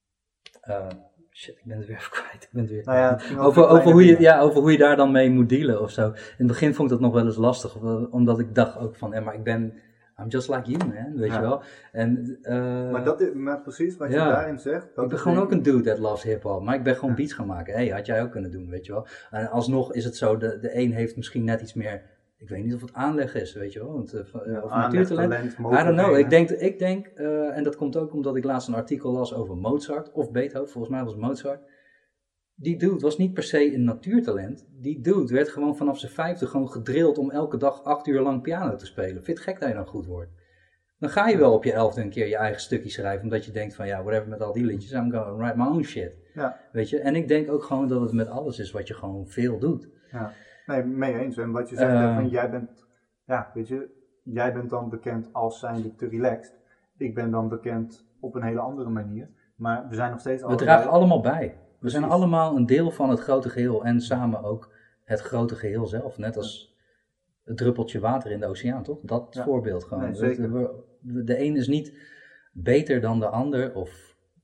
uh, shit, ik ben het weer even kwijt. Ik ben het weer... Nou ja, het over, over, hoe je, ja, over hoe je daar dan mee moet dealen of zo. In het begin vond ik dat nog wel eens lastig. Omdat ik dacht ook van, ja, maar ik ben... I'm just like you, man, weet ja. je wel. En, uh, maar, dat is, maar precies wat ja. je daarin zegt. Dat ik ben gewoon ook een dude that loves hip-hop, maar ik ben gewoon ja. beats gaan maken. Hé, hey, had jij ook kunnen doen, weet je wel. En alsnog is het zo, de, de een heeft misschien net iets meer, ik weet niet of het aanleg is, weet je wel. Want, uh, of aanleg, talent, I don't know, ik denk, ik denk uh, en dat komt ook omdat ik laatst een artikel las over Mozart, of Beethoven, volgens mij was het Mozart. Die dude was niet per se een natuurtalent. Die dude werd gewoon vanaf zijn vijfde gewoon gedrild om elke dag acht uur lang piano te spelen. Vind je het gek dat je dan goed wordt? Dan ga je wel op je elfde een keer je eigen stukje schrijven. Omdat je denkt van ja, whatever met al die liedjes. I'm gonna write my own shit. Ja. Weet je? En ik denk ook gewoon dat het met alles is wat je gewoon veel doet. Ja. Nee, mee eens. En wat je zegt, uh, van jij bent, ja, weet je, jij bent dan bekend als zijnde te relaxed. Ik ben dan bekend op een hele andere manier. Maar we zijn nog steeds allemaal... We dragen allemaal bij. We zijn allemaal een deel van het grote geheel en samen ook het grote geheel zelf. Net als het druppeltje water in de oceaan, toch? Dat ja. voorbeeld gewoon. Nee, zeker. De, de een is niet beter dan de ander of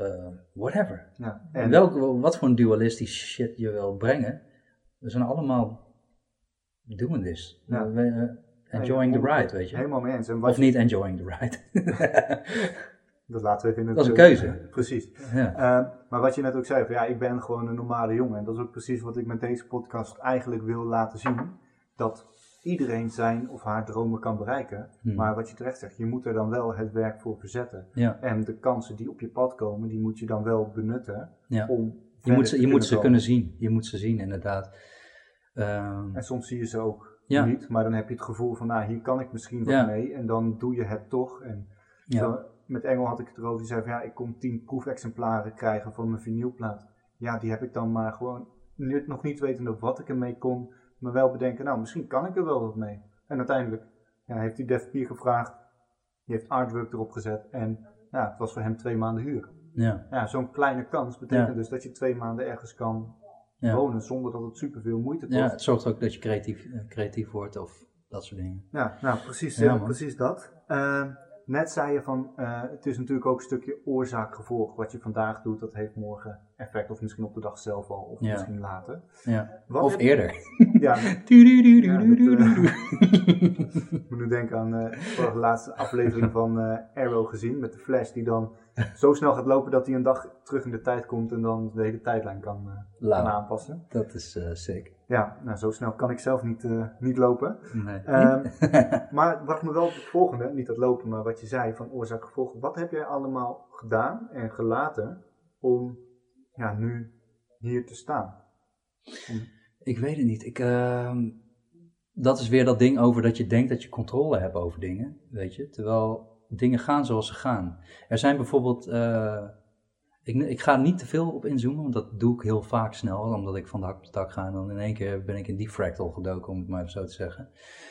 uh, whatever. Ja, en Welk, wat voor een dualistisch shit je wil brengen, we zijn allemaal doing this. Ja. Uh, uh, enjoying the ride, weet je. Helemaal mee eens. En of je... niet enjoying the ride. Dat laten we even in het... Dat is een keuze. Precies. Ja. Uh, maar wat je net ook zei, van, ja, ik ben gewoon een normale jongen. En dat is ook precies wat ik met deze podcast eigenlijk wil laten zien. Dat iedereen zijn of haar dromen kan bereiken. Hmm. Maar wat je terecht zegt, je moet er dan wel het werk voor verzetten. Ja. En de kansen die op je pad komen, die moet je dan wel benutten. Ja. Om je moet ze, je moet ze kunnen zien. Je moet ze zien, inderdaad. Um, en soms zie je ze ook ja. niet. Maar dan heb je het gevoel van, nou, hier kan ik misschien wat ja. mee. En dan doe je het toch. En ja. zo, met Engel had ik het erover. Die zei van, ja, ik kon tien proefexemplaren krijgen van mijn vinylplaat. Ja, die heb ik dan maar gewoon nu, nog niet wetende wat ik ermee kon. Maar wel bedenken, nou, misschien kan ik er wel wat mee. En uiteindelijk ja, heeft hij Def Pier gevraagd. Die heeft artwork erop gezet. En ja, het was voor hem twee maanden huur. Ja. Ja, zo'n kleine kans betekent ja. dus dat je twee maanden ergens kan ja. wonen. Zonder dat het superveel moeite kost. Ja, het zorgt ook dat je creatief, creatief wordt of dat soort dingen. Ja, nou precies, ja, uh, precies dat. Uh, net zei je van, uh, het is natuurlijk ook een stukje oorzaak-gevolg. Wat je vandaag doet, dat heeft morgen effect. Of misschien op de dag zelf al, of ja. misschien later. Ja. Of eerder. Ja. ja dat, uh, ik moet nu denken aan uh, de laatste aflevering van uh, Arrow gezien. Met de Flash die dan zo snel gaat lopen dat hij een dag terug in de tijd komt. En dan de hele tijdlijn kan, uh, kan aanpassen. Dat is uh, sick. Ja, nou zo snel kan ik zelf niet, uh, niet lopen. Nee. Um, maar wat me wel het volgende, niet het lopen, maar wat je zei van oorzaak-gevolg. Wat heb jij allemaal gedaan en gelaten om ja, nu hier te staan? Om... Ik weet het niet. Ik, uh, dat is weer dat ding over dat je denkt dat je controle hebt over dingen, weet je. Terwijl dingen gaan zoals ze gaan. Er zijn bijvoorbeeld... Uh, Ik, ik ga niet te veel op inzoomen, want dat doe ik heel vaak snel, omdat ik van de hak op de tak ga en dan in één keer ben ik in die fractal gedoken, om het maar even zo te zeggen.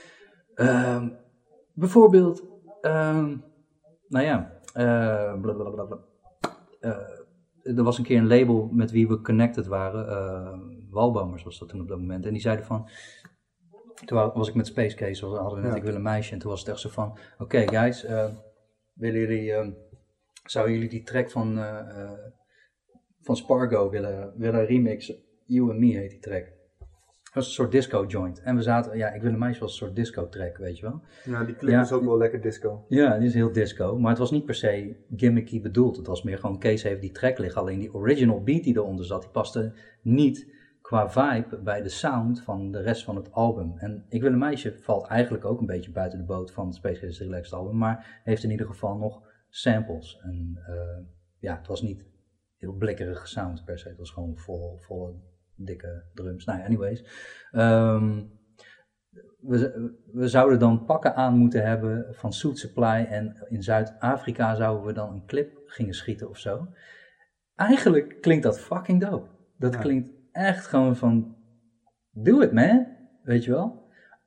Um, bijvoorbeeld, um, nou ja, uh, blablabla. Uh, er was een keer een label met wie we connected waren, uh, Walbomers was dat toen op dat moment, en die zeiden van, toen was ik met Space Case, hadden we net, ja. ik wil een meisje, en toen was het echt zo van, oké okay, guys, uh, willen jullie... Uh, Zouden jullie die track van, uh, uh, van Spargo willen, willen remixen? You and Me heet die track. Dat was een soort disco joint. En we zaten, ja, ik wil een meisje was een soort disco track, weet je wel. Ja, die clip ja, is ook wel lekker disco. Ja, die is heel disco. Maar het was niet per se gimmicky bedoeld. Het was meer gewoon, Kees heeft die track liggen. Alleen die original beat die eronder zat, die paste niet qua vibe bij de sound van de rest van het album. En Ik wil een meisje valt eigenlijk ook een beetje buiten de boot van het Space Case Relaxed album. Maar heeft in ieder geval nog... samples. En uh, ja, het was niet heel blikkerige sound per se. Het was gewoon vol, volle, dikke drums. Nou ja, anyways. Um, we, we zouden dan pakken aan moeten hebben van Suit Supply. En in Zuid-Afrika zouden we dan een clip gingen schieten of zo. Eigenlijk klinkt dat fucking dope. Dat ja. klinkt echt gewoon van... Do it, man. Weet je wel?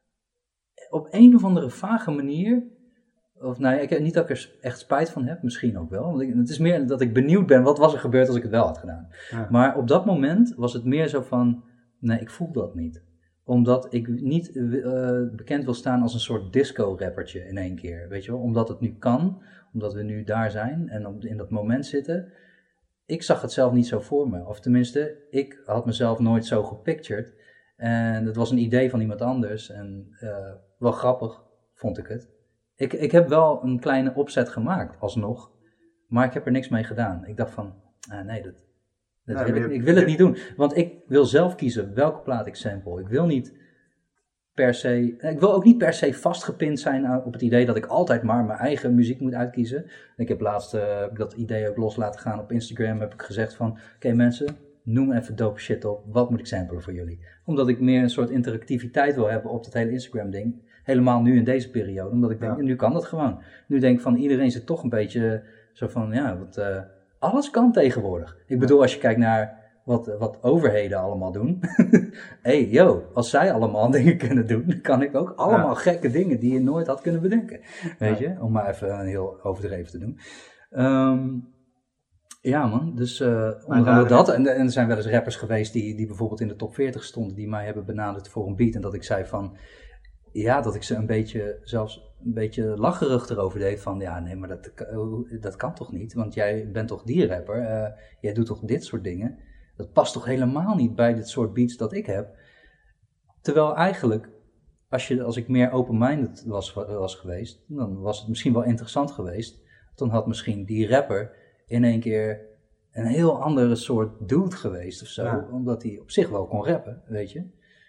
Op een of andere vage manier... Of nou, ik heb niet dat ik er echt spijt van heb, misschien ook wel. Want ik, het is meer dat ik benieuwd ben, wat was er gebeurd als ik het wel had gedaan. Ja. Maar op dat moment was het meer zo van, nee, ik voel dat niet. Omdat ik niet uh, bekend wil staan als een soort disco-rappertje in één keer, weet je wel. Omdat het nu kan, omdat we nu daar zijn en op, in dat moment zitten. Ik zag het zelf niet zo voor me. Of tenminste, ik had mezelf nooit zo gepictured. En het was een idee van iemand anders. En uh, wel grappig, vond ik het. Ik, ik heb wel een kleine opzet gemaakt, alsnog, maar ik heb er niks mee gedaan. Ik dacht van, ah, nee, dat, dat nee, wil ik, ik wil het niet doen. Want ik wil zelf kiezen welke plaat ik sample. Ik wil niet per se, ik wil ook niet per se vastgepind zijn op het idee dat ik altijd maar mijn eigen muziek moet uitkiezen. Ik heb laatst uh, dat idee ook los laten gaan op Instagram, heb ik gezegd van, oké okay, mensen, noem even dope shit op, wat moet ik samplen voor jullie? Omdat ik meer een soort interactiviteit wil hebben op dat hele Instagram ding. Helemaal nu in deze periode, omdat ik denk, ja. nu kan dat gewoon. Nu denk ik van, iedereen zit toch een beetje zo van, ja, wat, uh, alles kan tegenwoordig. Ik bedoel, als je kijkt naar wat, wat overheden allemaal doen. Hey, yo, als zij allemaal dingen kunnen doen, dan kan ik ook allemaal ja. gekke dingen die je nooit had kunnen bedenken. Weet ja. je, om maar even een heel overdreven te doen. Um, Ja man, dus uh, onder andere dat. En, en er zijn wel eens rappers geweest die, die bijvoorbeeld in de top veertig stonden, die mij hebben benaderd voor een beat. En dat ik zei van, ja, dat ik ze een beetje, zelfs een beetje lacherig erover deed van, ja, nee, maar dat, dat kan toch niet, want jij bent toch die rapper, uh, jij doet toch dit soort dingen, dat past toch helemaal niet bij dit soort beats dat ik heb. Terwijl eigenlijk, als, je, als ik meer open-minded was, was geweest, dan was het misschien wel interessant geweest, dan had misschien die rapper in één keer een heel andere soort dude geweest of zo, ja. Omdat hij op zich wel kon rappen, weet je.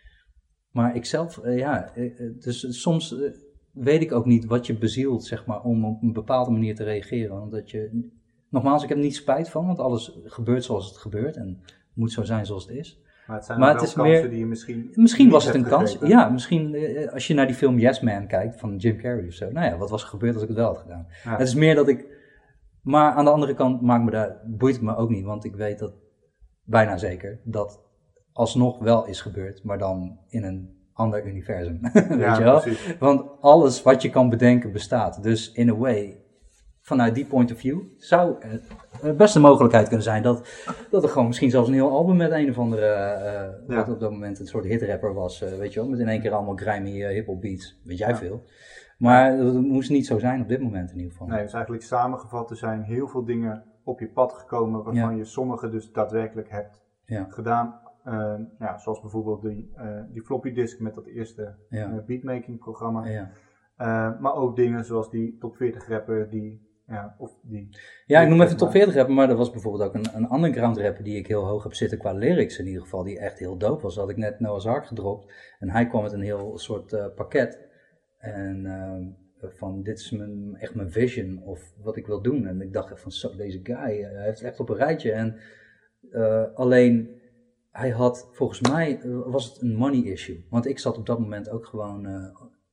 Maar ik zelf, uh, ja, uh, dus soms uh, weet ik ook niet wat je bezielt, zeg maar, om op een bepaalde manier te reageren. Omdat je, nogmaals, ik heb er niet spijt van, want alles gebeurt zoals het gebeurt en moet zo zijn zoals het is. Maar het zijn maar wel het is kansen meer, die je misschien Misschien was het een gegeven. kans, ja, misschien uh, als je naar die film Yes Man kijkt van Jim Carrey of zo. Nou ja, wat was er gebeurd als ik het wel had gedaan? Ja. Het is meer dat ik, maar aan de andere kant maakt me daar, boeit het me ook niet, want ik weet dat bijna zeker dat alsnog wel is gebeurd, maar dan in een ander universum, weet ja, je wel? Precies. Want alles wat je kan bedenken bestaat. Dus in a way, vanuit die point of view, zou het best een mogelijkheid kunnen zijn dat, dat er gewoon misschien zelfs een heel album met een of andere, uh, ja. wat op dat moment een soort hitrapper was, uh, weet je wel, met in één keer allemaal grimy uh, hiphop beats, weet jij ja. veel. Maar dat moest niet zo zijn op dit moment in ieder geval. Nee, dus eigenlijk samengevat, er zijn heel veel dingen op je pad gekomen waarvan ja. je sommige dus daadwerkelijk hebt ja. gedaan. Uh, ja, zoals bijvoorbeeld die, uh, die floppy disk met dat eerste ja. uh, beatmaking programma. Ja. Uh, maar ook dingen zoals die top veertig rapper die... Ja, of die, ja, ik noem even top veertig rapper, maar er was bijvoorbeeld ook een, een underground rapper die ik heel hoog heb zitten qua lyrics in ieder geval, die echt heel dope was. Dat had ik net Noah's Ark gedropt en hij kwam met een heel soort uh, pakket en uh, van dit is mijn, echt mijn vision of wat ik wil doen. En ik dacht echt van zo, deze guy, hij heeft het echt op een rijtje en uh, alleen... Hij had, volgens mij uh, was het een money issue. Want ik zat op dat moment ook gewoon... Uh,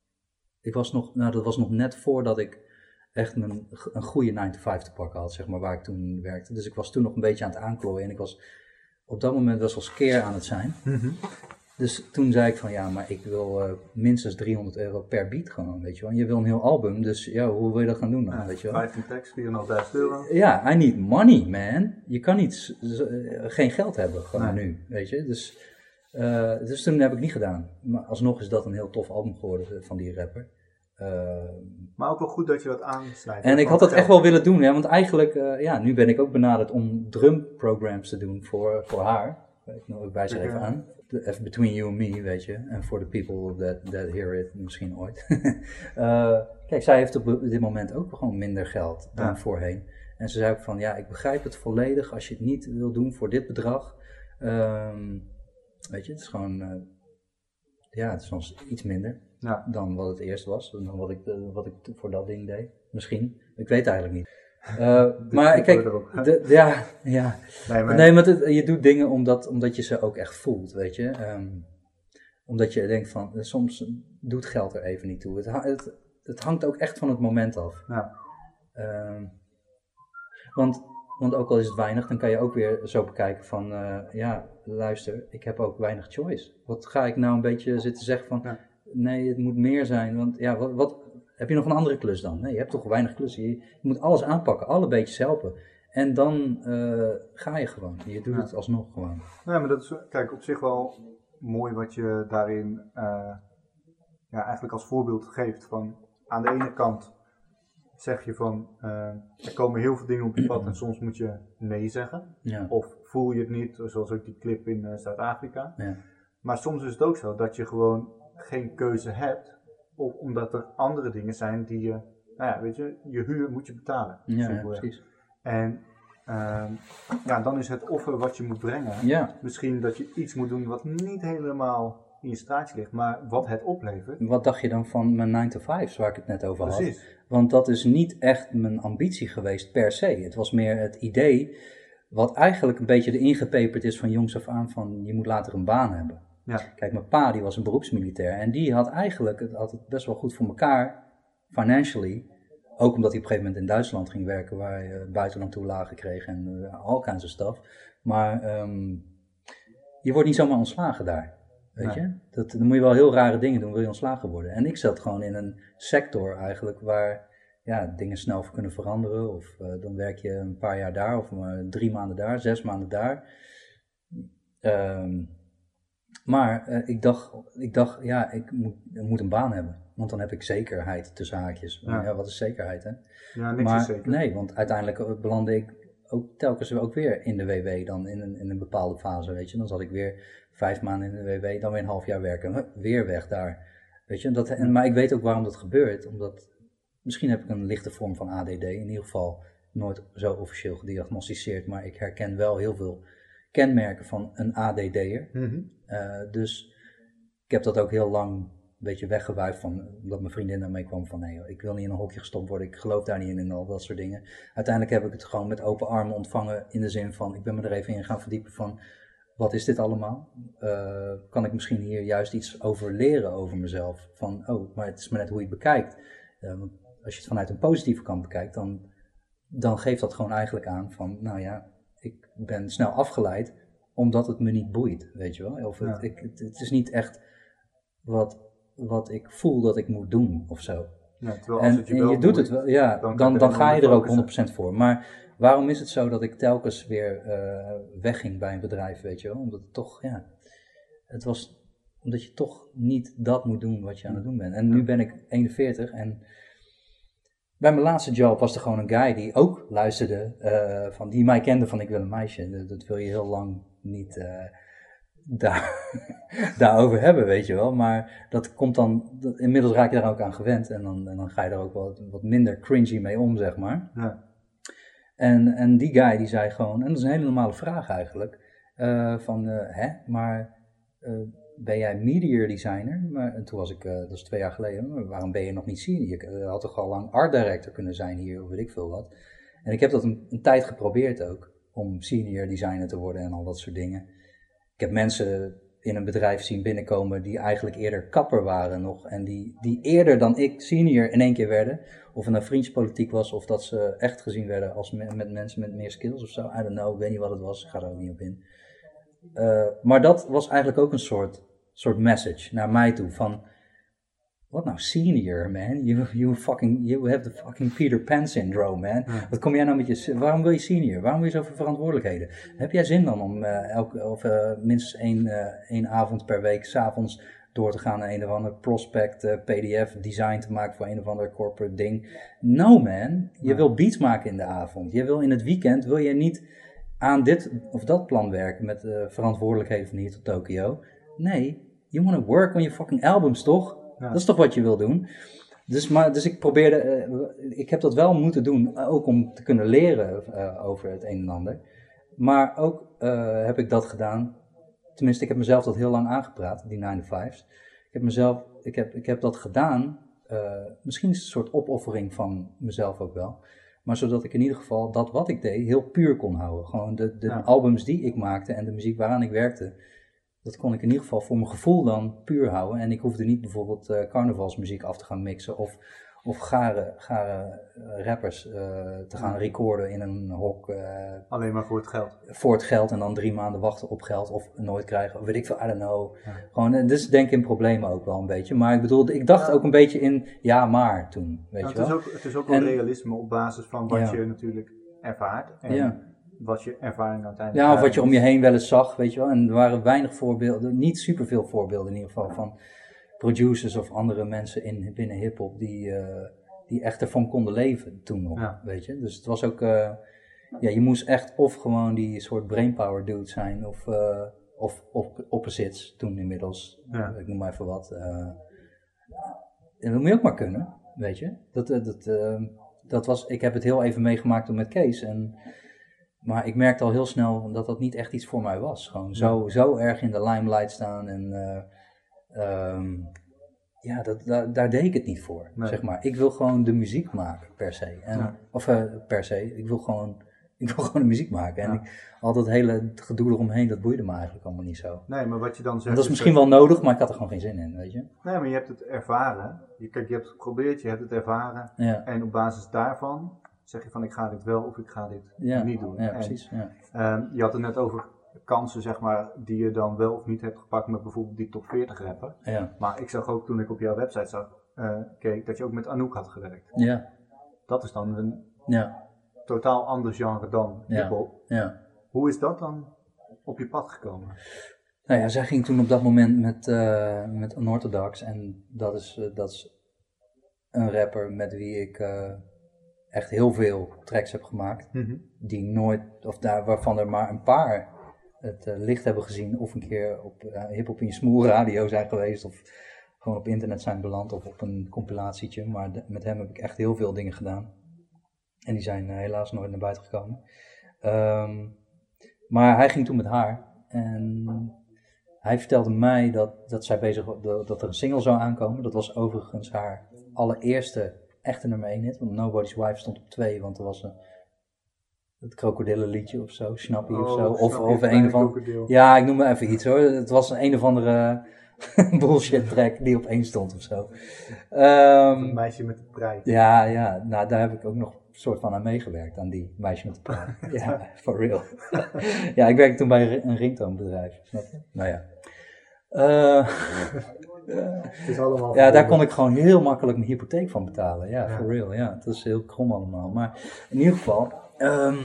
ik was nog, nou dat was nog net voordat ik echt mijn, een goede nine to five te pakken had, zeg maar, waar ik toen werkte. Dus ik was toen nog een beetje aan het aanklooien. En ik was op dat moment best wel skeer aan het zijn. Mm-hmm. Dus toen zei ik van, ja, maar ik wil uh, minstens driehonderd euro per beat gewoon, weet je wel. En je wil een heel album, dus ja, hoe wil je dat gaan doen dan, ja, weet je wel. vijftien tracks, vierhonderdduizend euro. Ja, I need money, man. Je kan niet, uh, geen geld hebben gewoon nee. nu, weet je. Dus, uh, dus toen heb ik niet gedaan. Maar alsnog is dat een heel tof album geworden van die rapper. Uh, maar ook wel goed dat je dat aansnijdt. En ik had dat geld. echt wel willen doen, hè, want eigenlijk, uh, ja, nu ben ik ook benaderd om drumprograms te doen voor, voor haar. Ik nog ook bijschrijven okay. aan. Even between you and me, weet je. En for the people that, that hear it, misschien ooit. uh, kijk, zij heeft op dit moment ook gewoon minder geld dan ja. voorheen. En ze zei ook van, ja, ik begrijp het volledig als je het niet wil doen voor dit bedrag. Um, weet je, het is gewoon, uh, ja, het is soms iets minder ja. dan wat het eerst was. Dan wat ik, uh, wat ik voor dat ding deed. Misschien. Ik weet het eigenlijk niet. Uh, maar kijk, de, ja, ja. Nee, maar, nee, maar het, je doet dingen omdat, omdat je ze ook echt voelt, weet je. Um, omdat je denkt van, soms doet geld er even niet toe. Het, het, het hangt ook echt van het moment af. Ja. Um, want, want ook al is het weinig, dan kan je ook weer zo bekijken van, uh, ja, luister, ik heb ook weinig choice. Wat ga ik nou een beetje zitten zeggen van, ja. nee, het moet meer zijn. Want ja, wat... wat heb je nog een andere klus dan? Nee, je hebt toch weinig klussen. Je, je moet alles aanpakken, alle beetjes helpen. En dan uh, ga je gewoon. Je doet ja. het alsnog gewoon. Ja, maar dat is, kijk, op zich wel mooi wat je daarin uh, ja, eigenlijk als voorbeeld geeft. Van, aan de ene kant zeg je van, uh, er komen heel veel dingen op je pad en soms moet je nee zeggen. Ja. Of voel je het niet, zoals ook die clip in uh, Zuid-Afrika. Ja. Maar soms is het ook zo dat je gewoon geen keuze hebt. Of omdat er andere dingen zijn die je, nou ja, weet je, je huur moet je betalen. Ja, ja precies. En uh, ja, dan is het offer wat je moet brengen. Ja. Misschien dat je iets moet doen wat niet helemaal in je straatje ligt, maar wat het oplevert. Wat dacht je dan van mijn nine to five, waar ik het net over precies. had? Want dat is niet echt mijn ambitie geweest per se. Het was meer het idee, wat eigenlijk een beetje de ingepeperd is van jongs af aan, van je moet later een baan hebben. Ja. Kijk, mijn pa die was een beroepsmilitair en die had eigenlijk het, had het best wel goed voor elkaar, financially. Ook omdat hij op een gegeven moment in Duitsland ging werken, waar hij uh, buitenland toelagen kreeg en uh, all kinds of stuff. Maar um, je wordt niet zomaar ontslagen daar, weet nee. je. Dat, dan moet je wel heel rare dingen doen, wil je ontslagen worden. En ik zat gewoon in een sector eigenlijk waar ja, dingen snel kunnen veranderen. Of uh, dan werk je een paar jaar daar, of maar drie maanden daar, zes maanden daar. Um, Maar uh, ik, dacht, ik dacht, ja, ik moet, ik moet een baan hebben. Want dan heb ik zekerheid tussen haakjes. Ja, ja wat is zekerheid, hè? Ja, niks maar, is zeker. Nee, want uiteindelijk belandde ik ook telkens ook weer in de W W dan in een, in een bepaalde fase, weet je. Dan zat ik weer vijf maanden in de W W, dan weer een half jaar werken. Weer weg daar, weet je. Dat, en, maar ik weet ook waarom dat gebeurt. Omdat, misschien heb ik een lichte vorm van A D D. In ieder geval nooit zo officieel gediagnosticeerd. Maar ik herken wel heel veel kenmerken van een A D D'er. Mm-hmm. Uh, dus ik heb dat ook heel lang een beetje weggewuifd van, omdat mijn vriendin daarmee kwam van nee, ik wil niet in een hokje gestopt worden, ik geloof daar niet in en al dat soort dingen. Uiteindelijk heb ik het gewoon met open armen ontvangen in de zin van, ik ben me er even in gaan verdiepen van, wat is dit allemaal? Uh, kan ik misschien hier juist iets over leren over mezelf? Van, oh, maar het is maar net hoe je het bekijkt. Uh, want als je het vanuit een positieve kant bekijkt, dan, dan geeft dat gewoon eigenlijk aan van, nou ja, ik ben snel afgeleid, omdat het me niet boeit, weet je wel. Of het, Ja. ik, het, het is niet echt wat, wat ik voel dat ik moet doen, of zo. Ja, terwijl als En, het je, en wel je doet boeit, het wel, ja, dan, dan, kan dan je ga je er ook focussen. honderd procent voor. Maar waarom is het zo dat ik telkens weer uh, wegging bij een bedrijf, weet je wel? Omdat het toch, ja, het was, omdat je toch niet dat moet doen wat je aan het doen bent. En nu ben ik eenenveertig en bij mijn laatste job was er gewoon een guy die ook luisterde, uh, van, die mij kende van ik wil een meisje. Dat, dat wil je heel lang niet uh, daar, daarover hebben, weet je wel. Maar dat komt dan, dat, inmiddels raak je daar ook aan gewend en dan, en dan ga je er ook wel wat minder cringy mee om, zeg maar. Ja. En, en die guy die zei gewoon, en dat is een hele normale vraag eigenlijk, uh, van uh, hè, maar uh, ben jij media designer? Maar, en toen was ik, uh, dat is twee jaar geleden, maar waarom ben je nog niet senior? Je had toch al lang art director kunnen zijn hier, of weet ik veel wat. En ik heb dat een, een tijd geprobeerd ook, om senior designer te worden en al dat soort dingen. Ik heb mensen in een bedrijf zien binnenkomen die eigenlijk eerder kapper waren nog. En die, die eerder dan ik senior in één keer werden. Of het nou vriendjespolitiek was of dat ze echt gezien werden als me, met mensen met meer skills of zo. I don't know, ik weet niet wat het was, ik ga er ook niet op in. Uh, maar dat was eigenlijk ook een soort, soort message naar mij toe van... Wat nou senior, man? You, you fucking, you have the fucking Peter Pan syndrome, man. Ja. Wat kom jij nou met je... Waarom wil je senior? Waarom wil je zoveel verantwoordelijkheden? Heb jij zin dan om uh, elke, of uh, minstens één, uh, één avond per week 's avonds door te gaan naar een of ander prospect, uh, P D F, design te maken voor een of ander corporate ding? No, man. Je ja. wil beats maken in de avond. Je wil in het weekend, wil je niet aan dit of dat plan werken met uh, verantwoordelijkheden van hier tot Tokio. Nee, you want to work on your fucking albums, toch? Ja. Dat is toch wat je wil doen. Dus, maar, dus ik probeerde, uh, ik heb dat wel moeten doen, ook om te kunnen leren uh, over het een en ander. Maar ook uh, heb ik dat gedaan, tenminste ik heb mezelf dat heel lang aangepraat, die nine to five's. Ik heb mezelf, ik heb, ik heb dat gedaan, uh, misschien is het een soort opoffering van mezelf ook wel. Maar zodat ik in ieder geval dat wat ik deed heel puur kon houden. Gewoon de, de ja. albums die ik maakte en de muziek waaraan ik werkte. Dat kon ik in ieder geval voor mijn gevoel dan puur houden. En ik hoefde niet bijvoorbeeld uh, carnavalsmuziek af te gaan mixen. Of, of gare, gare uh, rappers uh, te gaan recorden in een hok. Uh, Alleen maar voor het geld. Voor het geld en dan drie maanden wachten op geld. Of nooit krijgen. Of weet ik veel, I don't know. Ja. Gewoon, uh, dus denk ik in problemen ook wel een beetje. Maar ik bedoel, ik dacht ja. ook een beetje in ja maar toen. Weet ja, je het, wel? Is ook, het is ook wel en, realisme op basis van wat ja. je natuurlijk ervaart. En ja. wat je ervaring uiteindelijk... Ja, of wat je om je heen wel eens zag, weet je wel. En er waren weinig voorbeelden, niet superveel voorbeelden in ieder geval, van producers of andere mensen in, binnen hiphop die, uh, die echt ervan konden leven toen nog, ja. weet je. Dus het was ook, uh, ja, je moest echt of gewoon die soort brainpower dude zijn, of, uh, of op, opposites toen inmiddels, ja. ik noem maar even wat. Uh, en dat moet je ook maar kunnen, weet je. Dat, dat, uh, dat was, ik heb het heel even meegemaakt toen met Kees en... Maar ik merkte al heel snel dat dat niet echt iets voor mij was. Gewoon zo, zo erg in de limelight staan. En uh, um, ja, dat, da, daar deed ik het niet voor, nee. zeg maar. Ik wil gewoon de muziek maken, per se. En, ja. Of uh, per se, ik wil gewoon, ik wil gewoon de muziek maken. En ja. ik, al dat hele gedoe eromheen, dat boeide me eigenlijk allemaal niet zo. Nee, maar wat je dan zegt... En dat is misschien wel nodig, maar ik had er gewoon geen zin in, weet je. Nee, maar je hebt het ervaren. Je, kijk, je hebt het geprobeerd, je hebt het ervaren. Ja. En op basis daarvan... zeg je van ik ga dit wel of ik ga dit ja, niet doen. Ja, en, precies. Ja. Um, je had het net over kansen zeg maar die je dan wel of niet hebt gepakt met bijvoorbeeld die top veertig rapper. Ja. Maar ik zag ook toen ik op jouw website zag, uh, keek dat je ook met Anouk had gewerkt. Ja. Dat is dan een ja. totaal ander genre dan ja. hiphop. Ja. Hoe is dat dan op je pad gekomen? Nou ja, zij ging toen op dat moment met, uh, met Unorthodox en dat is, uh, dat is een rapper met wie ik uh, echt heel veel tracks heb gemaakt. Mm-hmm. Die nooit, of daar, waarvan er maar een paar het uh, licht hebben gezien of een keer op uh, Hip Hop in je Smoel radio zijn geweest of gewoon op internet zijn beland of op een compilatietje. Maar de, met hem heb ik echt heel veel dingen gedaan. En die zijn uh, helaas nooit naar buiten gekomen. Um, maar hij ging toen met haar en hij vertelde mij dat, dat zij bezig was, dat er een single zou aankomen. Dat was overigens haar allereerste echte nummer één hit. Want Nobody's Wife stond op twee, want er was een, het krokodillenliedje of zo, Snappy oh, of zo. Of, of een of andere. Ja, ik noem maar even iets hoor. Het was een, een of andere bullshit track die op één stond of zo. Um, een meisje met de prei. Ja, ja, nou daar heb ik ook nog een soort van aan meegewerkt, aan die meisje met de prei. Ja, for real. Ja, ik werkte toen bij een ringtoonbedrijf, snap je? Nou ja. Uh, Het is allemaal ja, daar kon ik gewoon heel makkelijk mijn hypotheek van betalen. Ja, ja. For real, ja. Het is heel krom allemaal. Maar in ieder geval, um,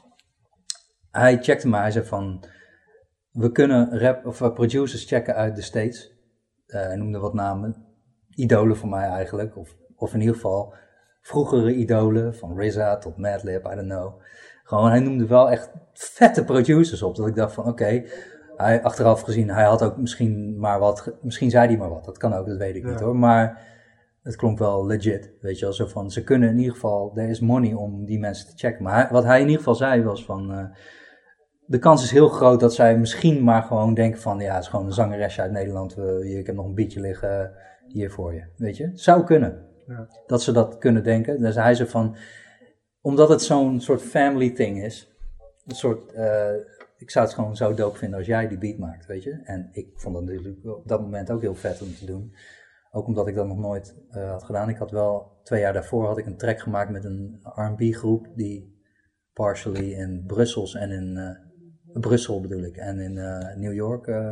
hij checkte me, hij zei van, we kunnen rap, of uh, producers checken uit de States. Uh, hij noemde wat namen, idolen voor mij eigenlijk. Of, of in ieder geval vroegere idolen, van R Z A tot Madlib, I don't know. Gewoon, hij noemde wel echt vette producers op, dat ik dacht van, oké, okay, hij, achteraf gezien, hij had ook misschien maar wat, misschien zei hij maar wat, dat kan ook, dat weet ik ja. niet hoor, maar het klonk wel legit, weet je wel, zo van, ze kunnen in ieder geval, there is money om die mensen te checken, maar hij, wat hij in ieder geval zei was van, uh, de kans is heel groot dat zij misschien maar gewoon denken van, ja, het is gewoon een zangeresje uit Nederland, we, ik heb nog een beatje liggen hier voor je, weet je, zou kunnen, ja. Dat ze dat kunnen denken, dus hij zei van, omdat het zo'n soort family thing is, een soort, uh, ik zou het gewoon zo dope vinden als jij die beat maakt, weet je. En ik vond dat natuurlijk op dat moment ook heel vet om te doen. Ook omdat ik dat nog nooit uh, had gedaan. Ik had wel, twee jaar daarvoor had ik een track gemaakt met een R en B groep die partially in Brussels en in, uh, Brussel bedoel ik, en in uh, New York uh,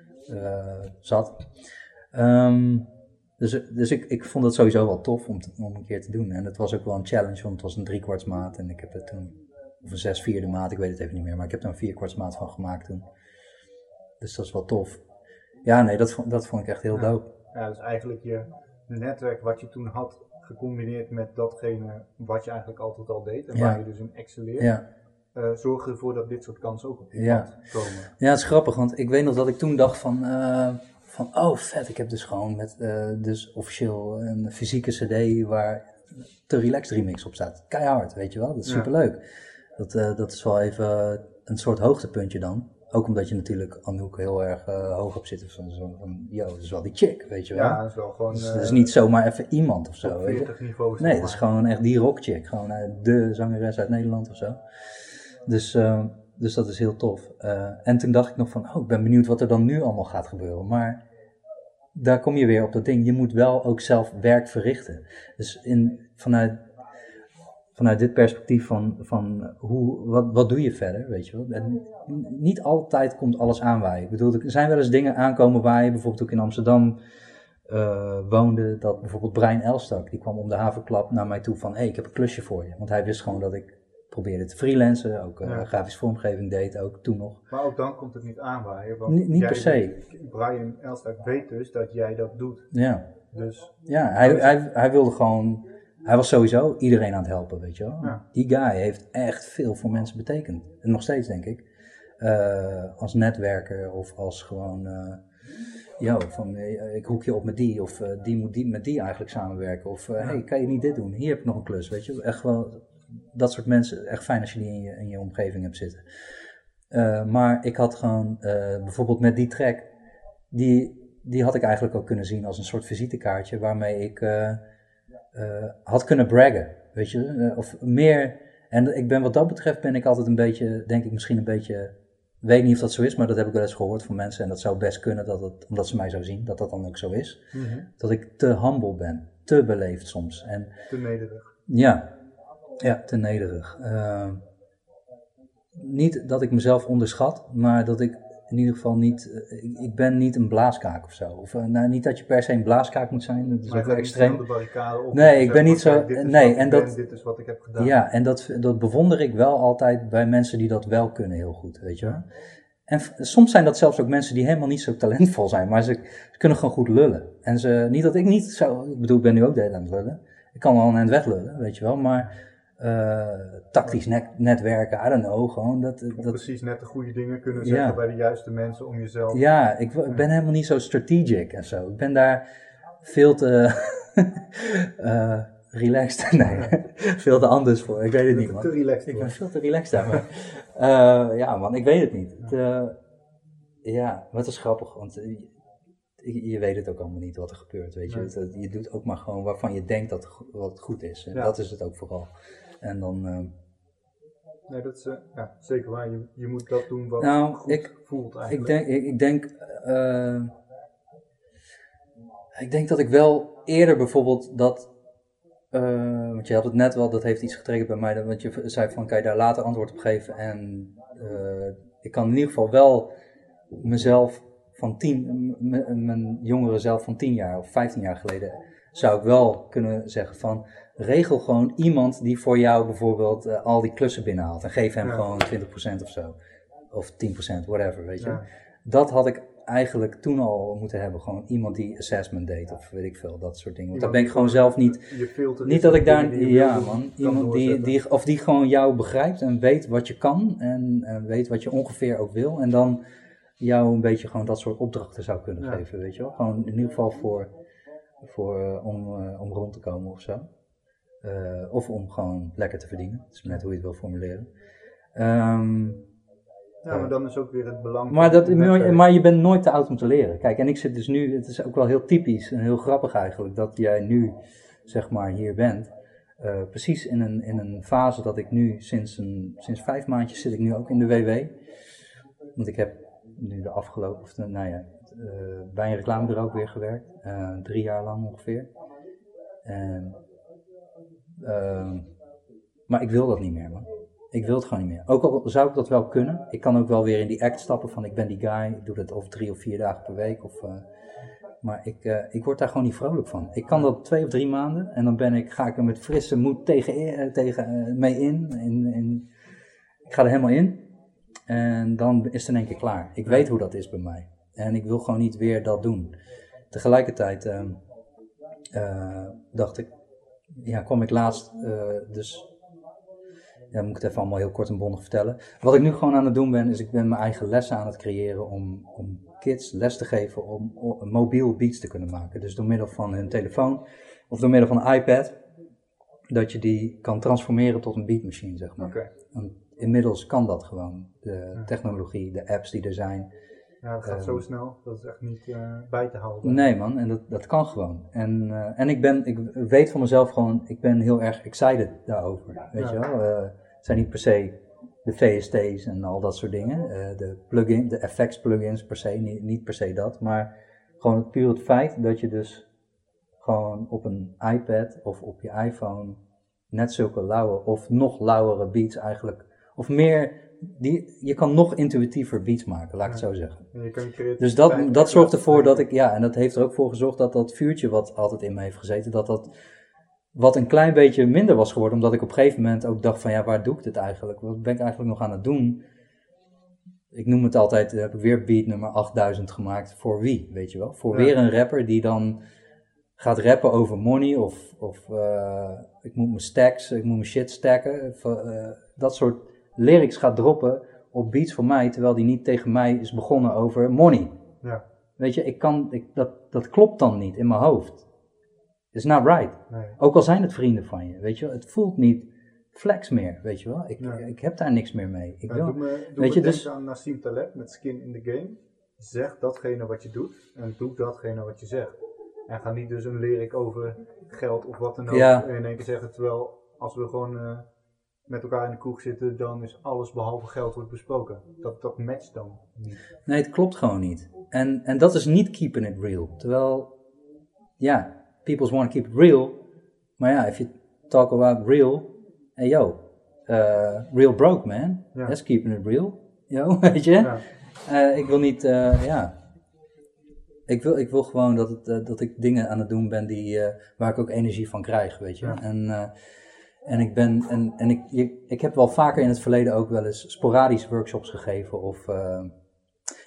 uh, zat. Um, dus dus ik, ik vond het sowieso wel tof om, te, om een keer te doen. En het was ook wel een challenge, want het was een driekwartsmaat en ik heb het toen... Of een zes vierde maat, ik weet het even niet meer. Maar ik heb er een vierkwartsmaat van gemaakt toen. Dus dat is wel tof. Ja, nee, dat, dat vond ik echt heel ja. dope. Ja, dus eigenlijk je netwerk wat je toen had gecombineerd met datgene wat je eigenlijk altijd al deed. En ja. waar je dus in excelleert. Ja. Uh, zorgde ervoor dat dit soort kansen ook op je ja. pad komen. Ja, het is grappig, want ik weet nog dat ik toen dacht van... Uh, van oh, vet, ik heb dus gewoon met uh, dus officieel een fysieke cd waar Te Relaxed remix op staat. Keihard, weet je wel. Dat is ja. superleuk. Dat, uh, dat is wel even een soort hoogtepuntje dan. Ook omdat je natuurlijk Anouk heel erg uh, hoog op zit. Van, zo, van, yo, dat is wel die chick, weet je wel. Ja, dat is wel gewoon... Dus, uh, dat is niet zomaar even iemand of zo, weet je. Niveaus nee, dat is gewoon echt die rockchick. Gewoon uh, de zangeres uit Nederland of zo. Dus, uh, dus dat is heel tof. Uh, en toen dacht ik nog van, oh, ik ben benieuwd wat er dan nu allemaal gaat gebeuren. Maar daar kom je weer op dat ding. Je moet wel ook zelf werk verrichten. Dus in, vanuit... Vanuit dit perspectief van, van hoe, wat, wat doe je verder, weet je wel. En niet altijd komt alles aanwaaien. Ik bedoel, er zijn wel eens dingen aankomen waar je bijvoorbeeld ook in Amsterdam uh, woonde. Dat bijvoorbeeld Brian Elstak, die kwam om de haverklap naar mij toe van, hé, hey, ik heb een klusje voor je. Want hij wist gewoon dat ik probeerde te freelancen, ook uh, ja. grafische vormgeving deed, ook toen nog. Maar ook dan komt het niet aanwaaien. Want N- niet jij per se. Weet, Brian Elstak weet dus dat jij dat doet. Ja, dus, ja hij, hij, hij wilde gewoon... Hij was sowieso iedereen aan het helpen, weet je wel. Ja. Die guy heeft echt veel voor mensen betekend. En nog steeds, denk ik. Uh, als netwerker of als gewoon... Uh, yo, van uh, ik hoek je op met die. Of uh, die moet die, met die eigenlijk samenwerken. Of, uh, ja. hey, kan je niet dit doen? Hier heb ik nog een klus, weet je. Echt wel, dat soort mensen. Echt fijn als je die in je, in je omgeving hebt zitten. Uh, maar ik had gewoon, uh, bijvoorbeeld met die track... Die, die had ik eigenlijk ook kunnen zien als een soort visitekaartje... waarmee ik... Uh, Uh, had kunnen braggen, weet je, uh, of meer, en ik ben wat dat betreft ben ik altijd een beetje, denk ik misschien een beetje, weet niet of dat zo is, maar dat heb ik wel eens gehoord van mensen en dat zou best kunnen, dat het, omdat ze mij zo zien, dat dat dan ook zo is, mm-hmm. dat ik te humble ben, te beleefd soms. En, te nederig. Ja, ja, te nederig. Uh, niet dat ik mezelf onderschat, maar dat ik in ieder geval niet, ik, ik ben niet een blaaskaak of zo. Of, nou, niet dat je per se een blaaskaak moet zijn, dat is maar ook extreem. De barricade op nee, ik ben niet zo, dit nee, en dat, ben, dit is wat ik heb gedaan. Ja, en dat, dat bewonder ik wel altijd bij mensen die dat wel kunnen heel goed, weet je wel. En f- soms zijn dat zelfs ook mensen die helemaal niet zo talentvol zijn, maar ze, ze kunnen gewoon goed lullen. En ze, niet dat ik niet zo, ik bedoel, ik ben nu ook de hele tijd aan het lullen. Ik kan wel een eind weglullen, weet je wel, maar uh, tactisch net, netwerken, I don't know, gewoon dat... Of dat precies net de goede dingen kunnen zeggen ja. bij de juiste mensen om jezelf... Ja, ik, ik ben helemaal niet zo strategic en zo. Ik ben daar veel te uh, relaxed, nee, veel te anders voor, ik weet het niet, man. Te relaxed. Ik ben veel te relaxed daar, maar uh, ja man, ik weet het niet. Het, uh, ja, wat is grappig, want uh, je, je weet het ook allemaal niet wat er gebeurt, weet je. Nee. Het, je doet ook maar gewoon waarvan je denkt dat wat goed is. En ja. Dat is het ook vooral. En dan... Uh, nee, dat is uh, ja, zeker waar. Je, je moet dat doen wat nou, goed ik, voelt eigenlijk. Ik denk, ik, ik denk... Uh, ik denk dat ik wel eerder bijvoorbeeld dat... Uh, want je had het net wel, dat heeft iets getriggerd bij mij. Want je zei van, kan je daar later antwoord op geven? En uh, ik kan in ieder geval wel mezelf van tien, m- mijn jongere zelf van tien jaar of vijftien jaar geleden, zou ik wel kunnen zeggen van, regel gewoon iemand die voor jou bijvoorbeeld uh, al die klussen binnenhaalt. En geef hem ja. gewoon twintig procent of zo. Of tien procent, whatever, weet je. Ja. Dat had ik eigenlijk toen al moeten hebben. Gewoon iemand die assessment deed of weet ik veel, dat soort dingen. Want daar ben ik gewoon zelf niet... Niet dat ik daar... Ja man, iemand die, die... Of die gewoon jou begrijpt en weet wat je kan. En, en weet wat je ongeveer ook wil. En dan jou een beetje gewoon dat soort opdrachten zou kunnen ja. geven, weet je wel. Gewoon in ieder geval voor... voor uh, om, uh, om rond te komen of zo. Uh, of om gewoon lekker te verdienen. Dat is net hoe je het wil formuleren. Um, Ja, maar dan is ook weer het belang. Maar, dat, maar je bent nooit te oud om te leren. Kijk, en ik zit dus nu, het is ook wel heel typisch en heel grappig eigenlijk, dat jij nu, zeg maar, hier bent. Uh, precies in een, in een fase dat ik nu, sinds, een, sinds vijf maandjes zit ik nu ook in de W W. Want ik heb nu de afgelopen, of de, nou ja, uh, bij een reclamebureau ook weer gewerkt. Uh, drie jaar lang ongeveer. En, uh, maar ik wil dat niet meer, man. Ik wil het gewoon niet meer. Ook al zou ik dat wel kunnen. Ik kan ook wel weer in die act stappen van ik ben die guy. Ik doe dat of drie of vier dagen per week. Of, uh, maar ik, uh, ik word daar gewoon niet vrolijk van. Ik kan dat twee of drie maanden. En dan ben ik, ga ik er met frisse moed tegen, uh, tegen uh, mee in. in, in ik ga er helemaal in. En dan is het in één keer klaar. Ik weet hoe dat is bij mij. En ik wil gewoon niet weer dat doen. Tegelijkertijd uh, uh, dacht ik... Ja, kwam ik laatst uh, dus... Ja, moet ik het even allemaal heel kort en bondig vertellen. Wat ik nu gewoon aan het doen ben, is ik ben mijn eigen lessen aan het creëren om, om kids les te geven om, om mobiel beats te kunnen maken. Dus door middel van hun telefoon of door middel van een iPad, dat je die kan transformeren tot een beatmachine, zeg maar. Okay. En inmiddels kan dat gewoon. De ja. technologie, de apps die er zijn. Ja, het gaat um, zo snel, dat is echt niet uh, bij te houden. Nee man, en dat, dat kan gewoon. En, uh, en ik ben, ik weet van mezelf gewoon, ik ben heel erg excited daarover, weet ja. je wel. Uh, het zijn niet per se de V S T's en al dat soort dingen, uh, de plugin, de effects plugins per se, niet, niet per se dat, maar gewoon het puur het feit dat je dus gewoon op een iPad of op je iPhone net zulke lauwe of nog lauwere beats eigenlijk, of meer... Die, je kan nog intuïtiever beats maken, laat ik het zo zeggen. Je kan dus dat, dat zorgt ervoor dat ik, ja, en dat heeft er ook voor gezorgd dat dat vuurtje wat altijd in me heeft gezeten, dat dat wat een klein beetje minder was geworden, omdat ik op een gegeven moment ook dacht van, ja, waar doe ik dit eigenlijk? Wat ben ik eigenlijk nog aan het doen? Ik noem het altijd, heb ik weer beat nummer achtduizend gemaakt, voor wie, weet je wel? Voor ja. weer een rapper die dan gaat rappen over money, of, of uh, ik moet mijn stacks, ik moet mijn shit stacken, of, uh, dat soort lyrics gaat droppen op beats van mij, terwijl die niet tegen mij is begonnen over money. Ja. Weet je, ik kan, ik, dat, dat klopt dan niet in mijn hoofd. It's not right. Nee. Ook al zijn het vrienden van je, weet je wel. Het voelt niet flex meer, weet je wel. Ik, nee. ik heb daar niks meer mee. Ik wil, doe me, doe weet me je, dus aan Nassim Taleb met Skin in the Game. Zeg datgene wat je doet en doe datgene wat je zegt. En ga niet dus een lyric over geld of wat dan ook ja. in één keer zeggen, terwijl als we gewoon... Uh, met elkaar in de kroeg zitten, dan is alles behalve geld wordt besproken. Dat, dat matcht dan niet. Nee, het klopt gewoon niet. En, en dat is niet keeping it real. Terwijl, ja, people want to keep it real. Maar ja, if you talk about real, hey yo, uh, real broke man, ja. That's keeping it real. Yo, weet je? Ja. Uh, ik wil niet, uh, ja. Ik wil, ik wil gewoon dat, het, uh, dat ik dingen aan het doen ben die, uh, waar ik ook energie van krijg, weet je. Ja. En... Uh, En ik ben, en, en ik, ik, ik heb wel vaker in het verleden ook wel eens sporadisch workshops gegeven of uh,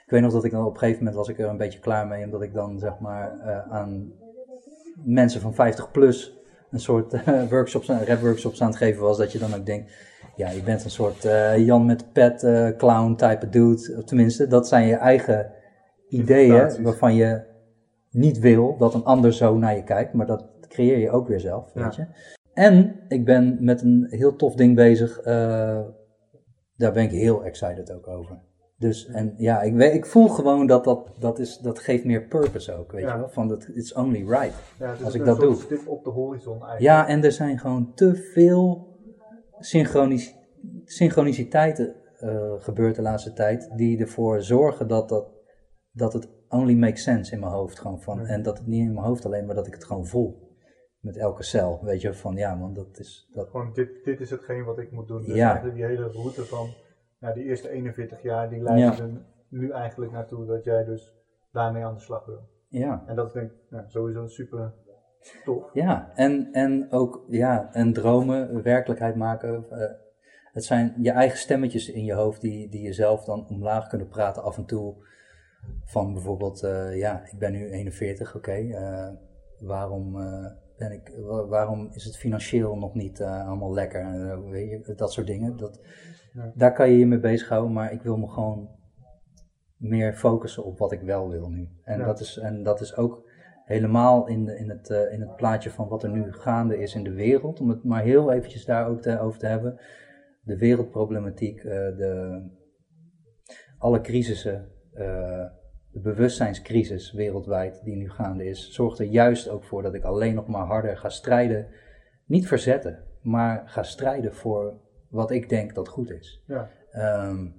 ik weet nog dat ik dan op een gegeven moment was ik er een beetje klaar mee, omdat ik dan zeg maar uh, aan mensen van vijftig plus een soort uh, workshops, rap workshops aan het geven was, dat je dan ook denkt, ja, je bent een soort uh, Jan met de pet, uh, clown type dude, of tenminste, dat zijn je eigen ideeën waarvan je niet wil dat een ander zo naar je kijkt, maar dat creëer je ook weer zelf, weet ja. je. En ik ben met een heel tof ding bezig, uh, daar ben ik heel excited ook over. Dus, en ja, ik, weet, ik voel gewoon dat dat, dat is, dat geeft meer purpose ook, weet ja. je wel, van dat it's only right, ja, als ik dat doe. Stip op de horizon eigenlijk. Ja, en er zijn gewoon te veel synchronici- synchroniciteiten uh, gebeurd de laatste tijd, die ervoor zorgen dat, dat, dat het only makes sense in mijn hoofd gewoon van, ja. en dat het niet in mijn hoofd alleen, maar dat ik het gewoon voel. Met elke cel, weet je, van ja man, dat is... Dat... Gewoon dit, dit is hetgeen wat ik moet doen. Dus ja. eigenlijk die hele route van ja, die eerste eenenveertig jaar, die leiden ja. er nu eigenlijk naartoe dat jij dus daarmee aan de slag wil. Ja. En dat is denk ik ja, sowieso super tof. Ja, en, en ook, ja, en dromen, werkelijkheid maken. Uh, het zijn je eigen stemmetjes in je hoofd die, die je zelf dan omlaag kunnen praten af en toe. Van bijvoorbeeld, uh, ja, ik ben nu eenenveertig, oké, okay, uh, waarom... Uh, Ben ik, waarom is het financieel nog niet uh, allemaal lekker? Uh, weet je, dat soort dingen. Dat, ja. Daar kan je je mee bezighouden, maar ik wil me gewoon meer focussen op wat ik wel wil nu. En, ja. dat, is, en dat is ook helemaal in, de, in, het, uh, in het plaatje van wat er nu gaande is in de wereld. Om het maar heel eventjes daar ook te, over te hebben. De wereldproblematiek, uh, de, alle crisissen... Uh, De bewustzijnscrisis wereldwijd die nu gaande is, zorgt er juist ook voor dat ik alleen nog maar harder ga strijden. Niet verzetten, maar ga strijden voor wat ik denk dat goed is. Ja. Um,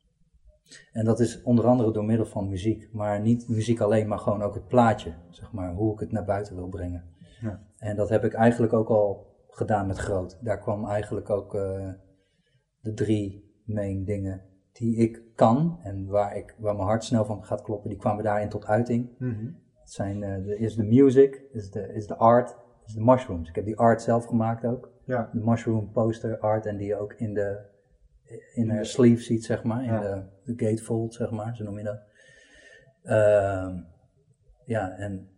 en dat is onder andere door middel van muziek. Maar niet muziek alleen, maar gewoon ook het plaatje. Zeg maar, hoe ik het naar buiten wil brengen. Ja. En dat heb ik eigenlijk ook al gedaan met Groot. Daar kwam eigenlijk ook uh, de drie main dingen die ik kan en waar, ik, waar mijn hart snel van gaat kloppen, die kwamen daarin tot uiting. Mm-hmm. Het zijn, uh, de, is de music, is de, is de art, is de mushrooms. Ik heb die art zelf gemaakt ook. Ja. De mushroom poster art en die je ook in de in haar sleeve ziet, zeg maar. In ja. de, de gatefold, zeg maar, zo noem je dat. Uh, ja, en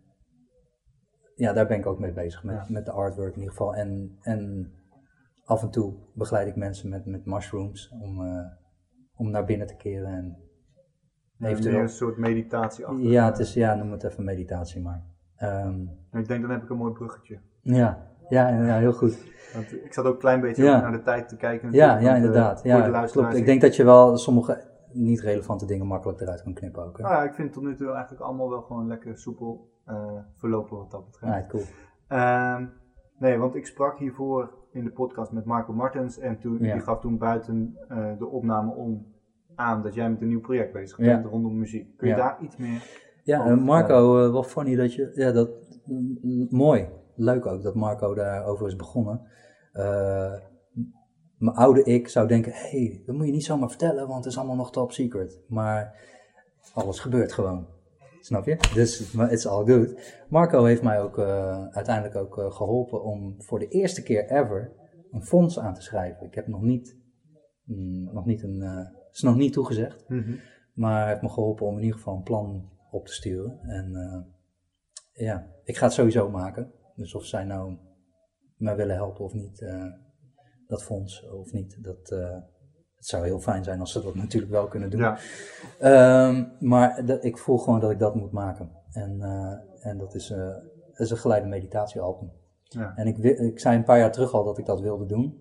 ja, daar ben ik ook mee bezig, met, ja. met de artwork in ieder geval. En, en af en toe begeleid ik mensen met, met mushrooms om... Uh, om naar binnen te keren en ja, eventueel... een soort meditatie achter. Ja, het is, ja, noem het even meditatie maar. Um, ik denk, dan heb ik een mooi bruggetje. Ja, ja, ja heel goed. Want ik zat ook een klein beetje ja. naar de tijd te kijken. Ja, ja, inderdaad. Uh, ja, klopt. Ik denk dat je wel sommige niet relevante dingen makkelijk eruit kan knippen ook. Hè? Nou ja, ik vind het tot nu toe eigenlijk allemaal wel gewoon lekker soepel uh, verlopen wat dat betreft. Ah, cool. Uh, nee, want ik sprak hiervoor in de podcast met Marco Martens en toen, ja. die gaf toen buiten uh, de opname om aan dat jij met een nieuw project bezig bent ja. rondom muziek. Kun je ja. daar iets meer Ja, uh, Marco, uh, wel funny dat je, ja dat, uh, mooi, leuk ook dat Marco daarover is begonnen. Uh, mijn oude ik zou denken, hé, hey, dat moet je niet zomaar vertellen, want het is allemaal nog top secret. Maar alles gebeurt gewoon. Snap je? Dus it's all good. Marco heeft mij ook uh, uiteindelijk ook uh, geholpen om voor de eerste keer ever een fonds aan te schrijven. Ik heb nog niet, mm, nog niet een, uh, is nog niet toegezegd. Mm-hmm. Maar hij heeft me geholpen om in ieder geval een plan op te sturen. En uh, ja, ik ga het sowieso maken. Dus of zij nou mij willen helpen of niet, uh, dat fonds of niet, dat... Uh, Het zou heel fijn zijn als ze dat natuurlijk wel kunnen doen. Ja. Um, maar de, ik voel gewoon dat ik dat moet maken. En, uh, en dat is, uh, is een geleide meditatiealbum. Ja. En ik, ik zei een paar jaar terug al dat ik dat wilde doen.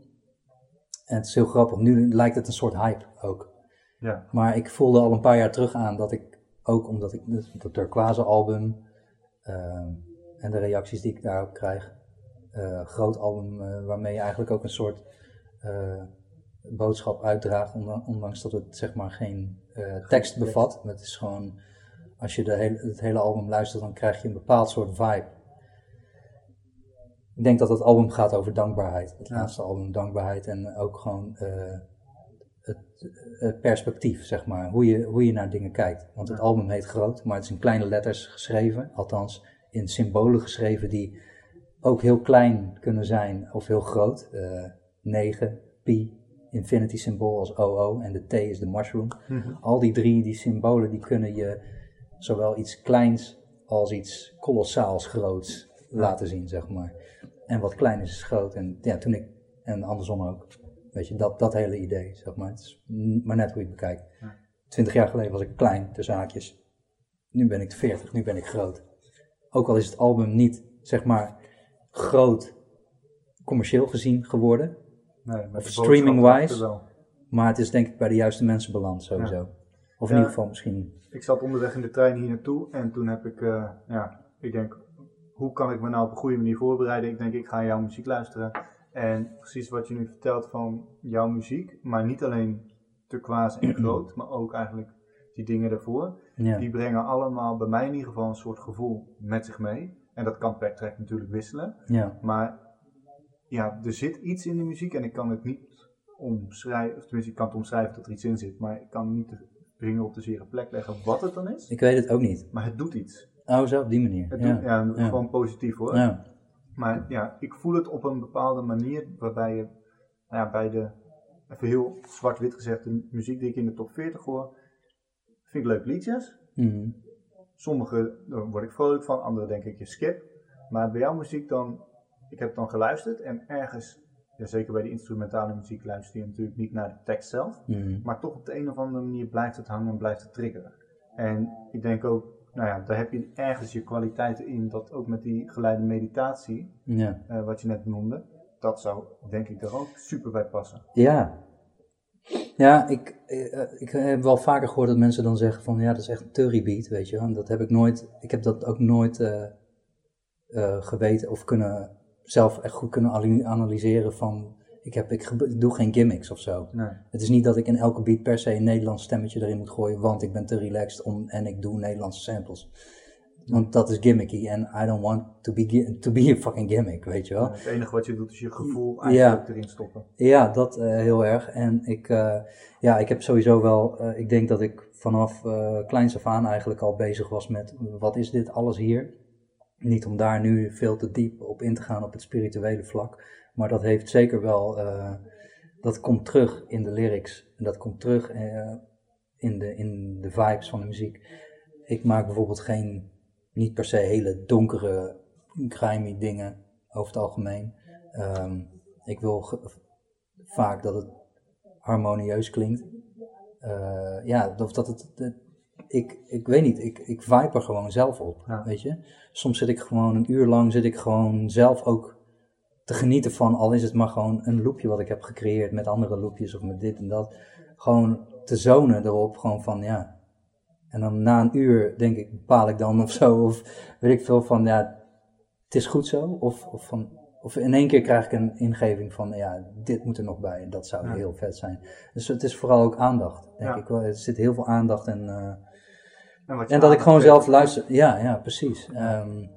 En het is heel grappig. Nu lijkt het een soort hype ook. Ja. Maar ik voelde al een paar jaar terug aan dat ik, ook omdat ik het Turquoise album uh, en de reacties die ik daarop krijg. Uh, groot album uh, waarmee je eigenlijk ook een soort... Uh, boodschap uitdragen, ondanks dat het zeg maar geen uh, tekst bevat. Het is gewoon, als je de hele, het hele album luistert, dan krijg je een bepaald soort vibe. Ik denk dat het album gaat over dankbaarheid. Het ja. laatste album, dankbaarheid en ook gewoon uh, het, het perspectief, zeg maar. Hoe je, hoe je naar dingen kijkt. Want het ja. album heet Groot, maar het is in kleine letters geschreven. Althans, in symbolen geschreven die ook heel klein kunnen zijn of heel groot. Uh, negen, pi. infinity symbool als O O en de T is de mushroom. Mm-hmm. Al die drie, die symbolen, die kunnen je zowel iets kleins als iets kolossaals groots laten zien, zeg maar. En wat klein is, is groot. En ja, toen ik, en andersom ook, weet je, dat, dat hele idee, zeg maar. Het is maar net hoe je het bekijkt. Ja. Twintig jaar geleden was ik klein, tussen haakjes. Nu ben ik veertig, nu ben ik groot. Ook al is het album niet, zeg maar, groot, commercieel gezien geworden. Nee, of streaming-wise. Maar het is denk ik bij de juiste mensen beland, sowieso. Ja. Of in ja, ieder geval misschien. Ik zat onderweg in de trein hier naartoe en toen heb ik, uh, ja, ik denk, hoe kan ik me nou op een goede manier voorbereiden? Ik denk, ik ga jouw muziek luisteren. En precies wat je nu vertelt van jouw muziek, maar niet alleen turquoise en groot, maar ook eigenlijk die dingen daarvoor. Ja. Die brengen allemaal bij mij in ieder geval een soort gevoel met zich mee. En dat kan per track natuurlijk wisselen. Ja. Maar ja, er zit iets in de muziek en ik kan het niet omschrijven, of tenminste ik kan het omschrijven dat er iets in zit, maar ik kan niet de vinger op de zere plek leggen wat het dan is. Ik weet het ook niet. Maar het doet iets. Oh, zo op die manier. Het ja. doet, ja, ja. gewoon positief hoor. Ja. Maar ja, ik voel het op een bepaalde manier waarbij je, nou ja, bij de, even heel zwart-wit gezegd, de muziek die ik in de top veertig hoor, vind ik leuk liedjes. Mm. Sommige, daar word ik vrolijk van, andere denk ik je skip. Maar bij jouw muziek dan, ik heb dan geluisterd en ergens, ja, zeker bij de instrumentale muziek luister je natuurlijk niet naar de tekst zelf. Mm. Maar toch op de een of andere manier blijft het hangen en blijft het triggeren. En ik denk ook, nou ja, daar heb je ergens je kwaliteiten in, dat ook met die geleide meditatie, Ja. uh, wat je net noemde, dat zou denk ik er ook super bij passen. Ja. Ja, ik, ik, ik heb wel vaker gehoord dat mensen dan zeggen van, ja, dat is echt een Turry beat, weet je. En dat heb ik nooit, ik heb dat ook nooit uh, uh, geweten of kunnen, zelf echt goed kunnen analyseren van, ik, heb, ik, ik doe geen gimmicks of zo. Nee. Het is niet dat ik in elke beat per se een Nederlands stemmetje erin moet gooien, want ik ben te relaxed om, en ik doe Nederlandse samples. Want dat is gimmicky en I don't want to be, to be a fucking gimmick, weet je wel. Ja, het enige wat je doet is je gevoel eigenlijk ja. erin stoppen. Ja, dat uh, heel erg. En ik, uh, ja, ik heb sowieso wel, uh, ik denk dat ik vanaf uh, kleins af aan eigenlijk al bezig was met, wat is dit alles hier? Niet om daar nu veel te diep op in te gaan op het spirituele vlak. Maar dat heeft zeker wel, uh, dat komt terug in de lyrics. En dat komt terug uh, in, de, in de vibes van de muziek. Ik maak bijvoorbeeld geen, niet per se hele donkere, grimy dingen over het algemeen. Um, ik wil ge- vaak dat het harmonieus klinkt. Uh, ja, of dat het, het ik, ik weet niet, ik, ik vibe er gewoon zelf op, ja. Weet je. Soms zit ik gewoon een uur lang, zit ik gewoon zelf ook te genieten van, al is het maar gewoon een loopje wat ik heb gecreëerd met andere loopjes of met dit en dat. Gewoon te zonen erop, gewoon van ja. En dan na een uur denk ik, bepaal ik dan of zo, of weet ik veel van ja, het is goed zo. Of, of, van, of in één keer krijg ik een ingeving van ja, dit moet er nog bij en dat zou ja. heel vet zijn. Dus het is vooral ook aandacht, denk ja. ik wel. Er zit heel veel aandacht en, uh, en, en dat ik gewoon zelf luister. Ja, ja, precies. Um,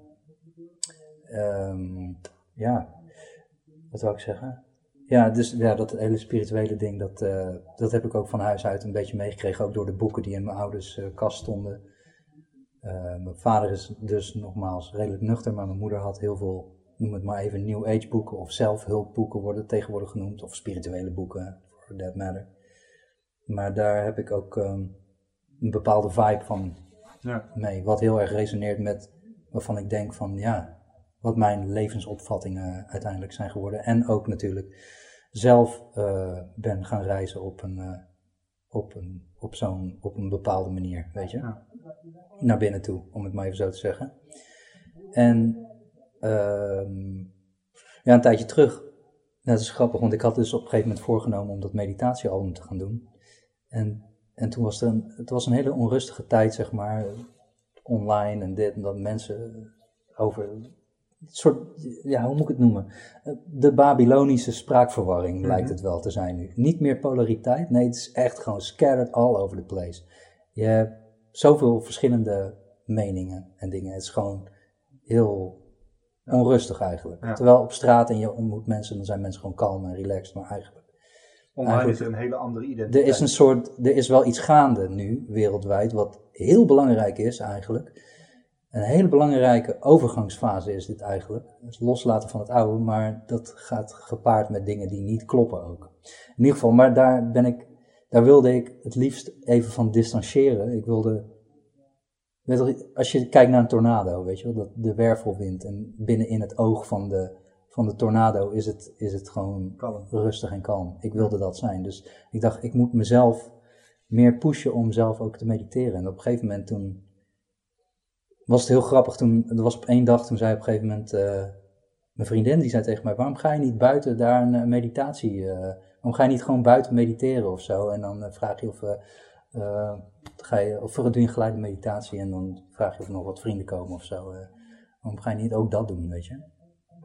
um, ja, wat wou ik zeggen? Ja, dus ja, dat hele spirituele ding, dat, uh, dat heb ik ook van huis uit een beetje meegekregen. Ook door de boeken die in mijn ouders uh, kast stonden. Uh, mijn vader is dus nogmaals redelijk nuchter, maar mijn moeder had heel veel, noem het maar even, New Age boeken of zelfhulpboeken worden tegenwoordig genoemd. Of spirituele boeken, for that matter. Maar daar heb ik ook um, een bepaalde vibe van ja. mee. Wat heel erg resoneert met waarvan ik denk van ja, wat mijn levensopvattingen uiteindelijk zijn geworden. En ook natuurlijk zelf uh, ben gaan reizen op een, uh, op een, op zo'n, op een bepaalde manier, weet je. Ja. Naar binnen toe, om het maar even zo te zeggen. En um, ja, een tijdje terug, dat is grappig, want ik had dus op een gegeven moment voorgenomen om dat meditatiealbum te gaan doen. En, en toen was er een, het was een hele onrustige tijd, zeg maar, online en dit en dat mensen over een soort, ja, hoe moet ik het noemen? De Babylonische spraakverwarring mm-hmm. lijkt het wel te zijn nu. Niet meer polariteit, nee, het is echt gewoon scattered all over the place. Je hebt zoveel verschillende meningen en dingen. Het is gewoon heel onrustig eigenlijk. Ja. Terwijl op straat en je ontmoet mensen, dan zijn mensen gewoon kalm en relaxed, maar eigenlijk... Online eigenlijk, is er een hele andere identiteit. Er is een soort, er is wel iets gaande nu, wereldwijd, wat heel belangrijk is eigenlijk. Een hele belangrijke overgangsfase is dit eigenlijk. Het loslaten van het oude, maar dat gaat gepaard met dingen die niet kloppen ook. In ieder geval, maar daar ben ik, daar wilde ik het liefst even van distancieren. Ik wilde, weet je, als je kijkt naar een tornado, weet je wel, dat de wervelwind en binnenin het oog van de, van de tornado is het, is het gewoon Kalm. rustig en kalm. Ik wilde dat zijn, dus ik dacht, ik moet mezelf meer pushen om zelf ook te mediteren. En op een gegeven moment toen was het heel grappig, toen, er was op één dag, toen zei op een gegeven moment, uh, mijn vriendin die zei tegen mij, waarom ga je niet buiten daar een uh, meditatie, uh, waarom ga je niet gewoon buiten mediteren of zo? En dan uh, vraag je of, uh, uh, ga je, of doe je een geleide meditatie en dan vraag je of er nog wat vrienden komen of zo. Uh, waarom ga je niet ook dat doen, weet je?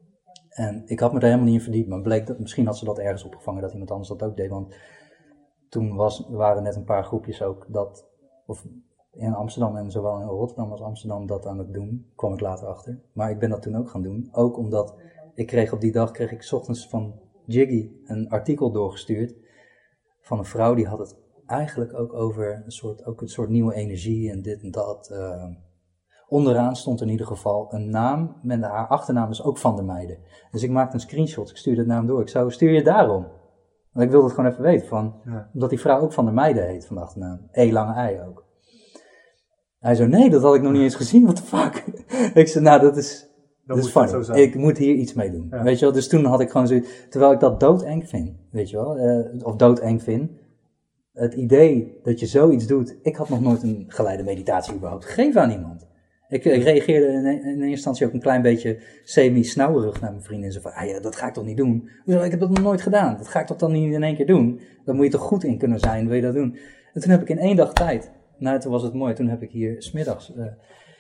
En ik had me daar helemaal niet in verdiept, maar bleek dat, misschien had ze dat ergens opgevangen dat iemand anders dat ook deed, want toen was, waren net een paar groepjes ook dat, of in Amsterdam en zowel in Rotterdam als Amsterdam dat aan het doen, kwam ik later achter. Maar ik ben dat toen ook gaan doen, ook omdat ik kreeg op die dag, kreeg ik 's ochtends van Jiggy een artikel doorgestuurd van een vrouw die had het eigenlijk ook over een soort, ook een soort nieuwe energie en dit en dat. Uh, onderaan stond in ieder geval een naam, met haar achternaam is ook Van der Meijden. Dus ik maakte een screenshot, ik stuurde het naam door. Ik zou, stuur je daarom? Want ik wilde het gewoon even weten, van, Ja. omdat die vrouw ook Van der Meijden heet van de achternaam. E lange ei ook. Hij zei, nee, dat had ik nog niet eens gezien, what the fuck. Ik zei, nou, dat is, dat is funny. Zo ik moet hier iets mee doen. Ja. Weet je wel, dus toen had ik gewoon zo, terwijl ik dat doodeng vind, weet je wel, uh, of doodeng vind, het idee dat je zoiets doet, ik had nog nooit een geleide meditatie überhaupt gegeven aan iemand. Ik, ik reageerde in, in eerste instantie ook een klein beetje semi-snauwerig naar mijn vriendin. Zo van, ah ja, dat ga ik toch niet doen? Zo, ik heb dat nog nooit gedaan. Dat ga ik toch dan niet in één keer doen? Daar moet je toch goed in kunnen zijn, wil je dat doen? En toen heb ik in één dag tijd, nou toen was het mooi, toen heb ik hier 's middags, uh,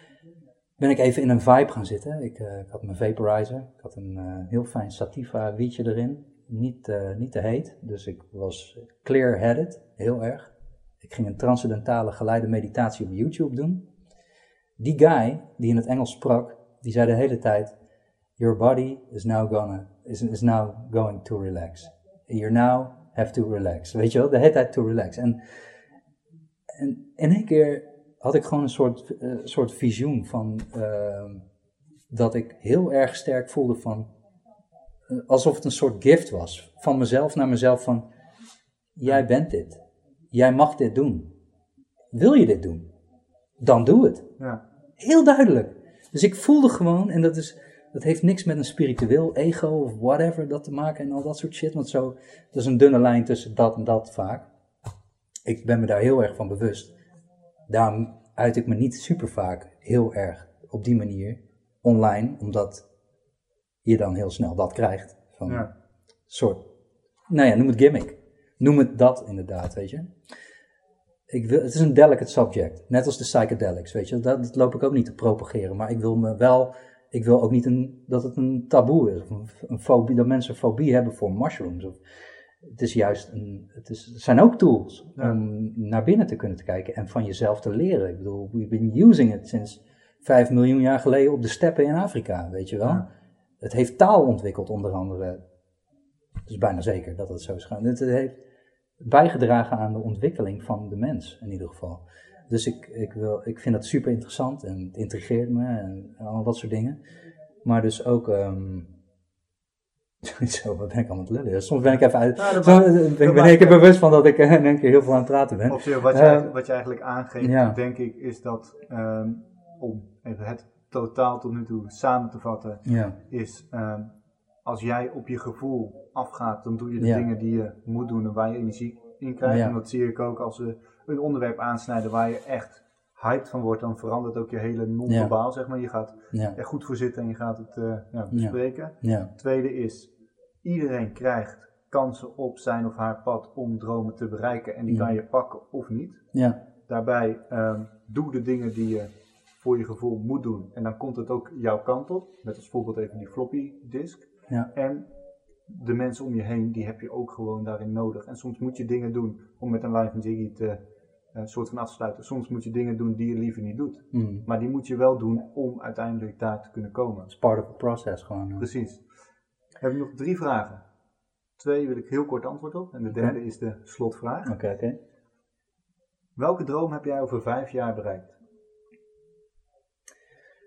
ben ik even in een vibe gaan zitten. Ik, uh, ik had mijn vaporizer, ik had een uh, heel fijn sativa wietje erin. Niet, uh, niet te heet, dus ik was clear-headed, heel erg. Ik ging een transcendentale geleide meditatie op YouTube doen. Die guy, die in het Engels sprak, die zei de hele tijd, your body is now, gonna, is, is now going to relax. You now have to relax. Weet je wel, de hele tijd to relax. En, en in één keer had ik gewoon een soort, uh, soort visioen van, uh, dat ik heel erg sterk voelde van, uh, alsof het een soort gift was. Van mezelf naar mezelf van, jij bent dit. Jij mag dit doen. Wil je dit doen? Dan doe het. Ja. Heel duidelijk. Dus ik voelde gewoon, en dat, is, dat heeft niks met een spiritueel ego of whatever dat te maken en al dat soort shit. Want zo, dat is een dunne lijn tussen dat en dat vaak. Ik ben me daar heel erg van bewust. Daarom uit ik me niet super vaak heel erg op die manier online, omdat je dan heel snel dat krijgt. Van Ja. een soort, nou ja, noem het gimmick. Noem het dat inderdaad, weet je. Ik wil, het is een delicate subject, net als de psychedelics, weet je. Dat, dat loop ik ook niet te propageren, maar ik wil me wel, ik wil ook niet een, dat het een taboe is, of een, een fobie, dat mensen fobie hebben voor mushrooms. Of, het is juist, een, het, is, het zijn ook tools Ja. om naar binnen te kunnen te kijken en van jezelf te leren. Ik bedoel, we've been using it sinds vijf miljoen jaar geleden op de steppen in Afrika, weet je wel. Ja. Het heeft taal ontwikkeld, onder andere. Het is bijna zeker dat het zo is gaan. Het heeft bijgedragen aan de ontwikkeling van de mens, in ieder geval. Dus ik, ik, wil, ik vind dat super interessant en het intrigeert me en al dat soort dingen. Maar dus ook, um, zo, wat ben ik aan het lullen? Soms ben ik even uit, Ja, dat zo, maakt- ben, dat ben ik er maakt- bewust van dat ik in één keer heel veel aan het praten ben. Op zich, wat, je, Uh, eigenlijk- wat je eigenlijk aangeeft, ja. denk ik, is dat, um, om even het totaal tot nu toe samen te vatten, Ja, is um, als jij op je gevoel afgaat, dan doe je de Ja. dingen die je moet doen en waar je energie in krijgt. Ja. En dat zie ik ook als we een onderwerp aansnijden waar je echt hyped van wordt, dan verandert ook je hele non-verbaal, zeg maar. Je gaat ja, er goed voor zitten en je gaat het uh, ja, bespreken. ja, Tweede is, iedereen krijgt kansen op zijn of haar pad om dromen te bereiken en die Ja. kan je pakken of niet. ja, Daarbij um, doe de dingen die je voor je gevoel moet doen en dan komt het ook jouw kant op. Met als voorbeeld even die floppy disk. ja, En de mensen om je heen, die heb je ook gewoon daarin nodig. En soms moet je dingen doen om met een live en Jiggy te uh, soort van af te sluiten. Soms moet je dingen doen die je liever niet doet. mm. Maar die moet je wel doen om uiteindelijk daar te kunnen komen. It's part of the process gewoon. uh. Precies. Heb ik nog drie vragen. Twee wil ik heel kort antwoord op. En de derde is de slotvraag. Oké, oké. Welke droom heb jij over vijf jaar bereikt?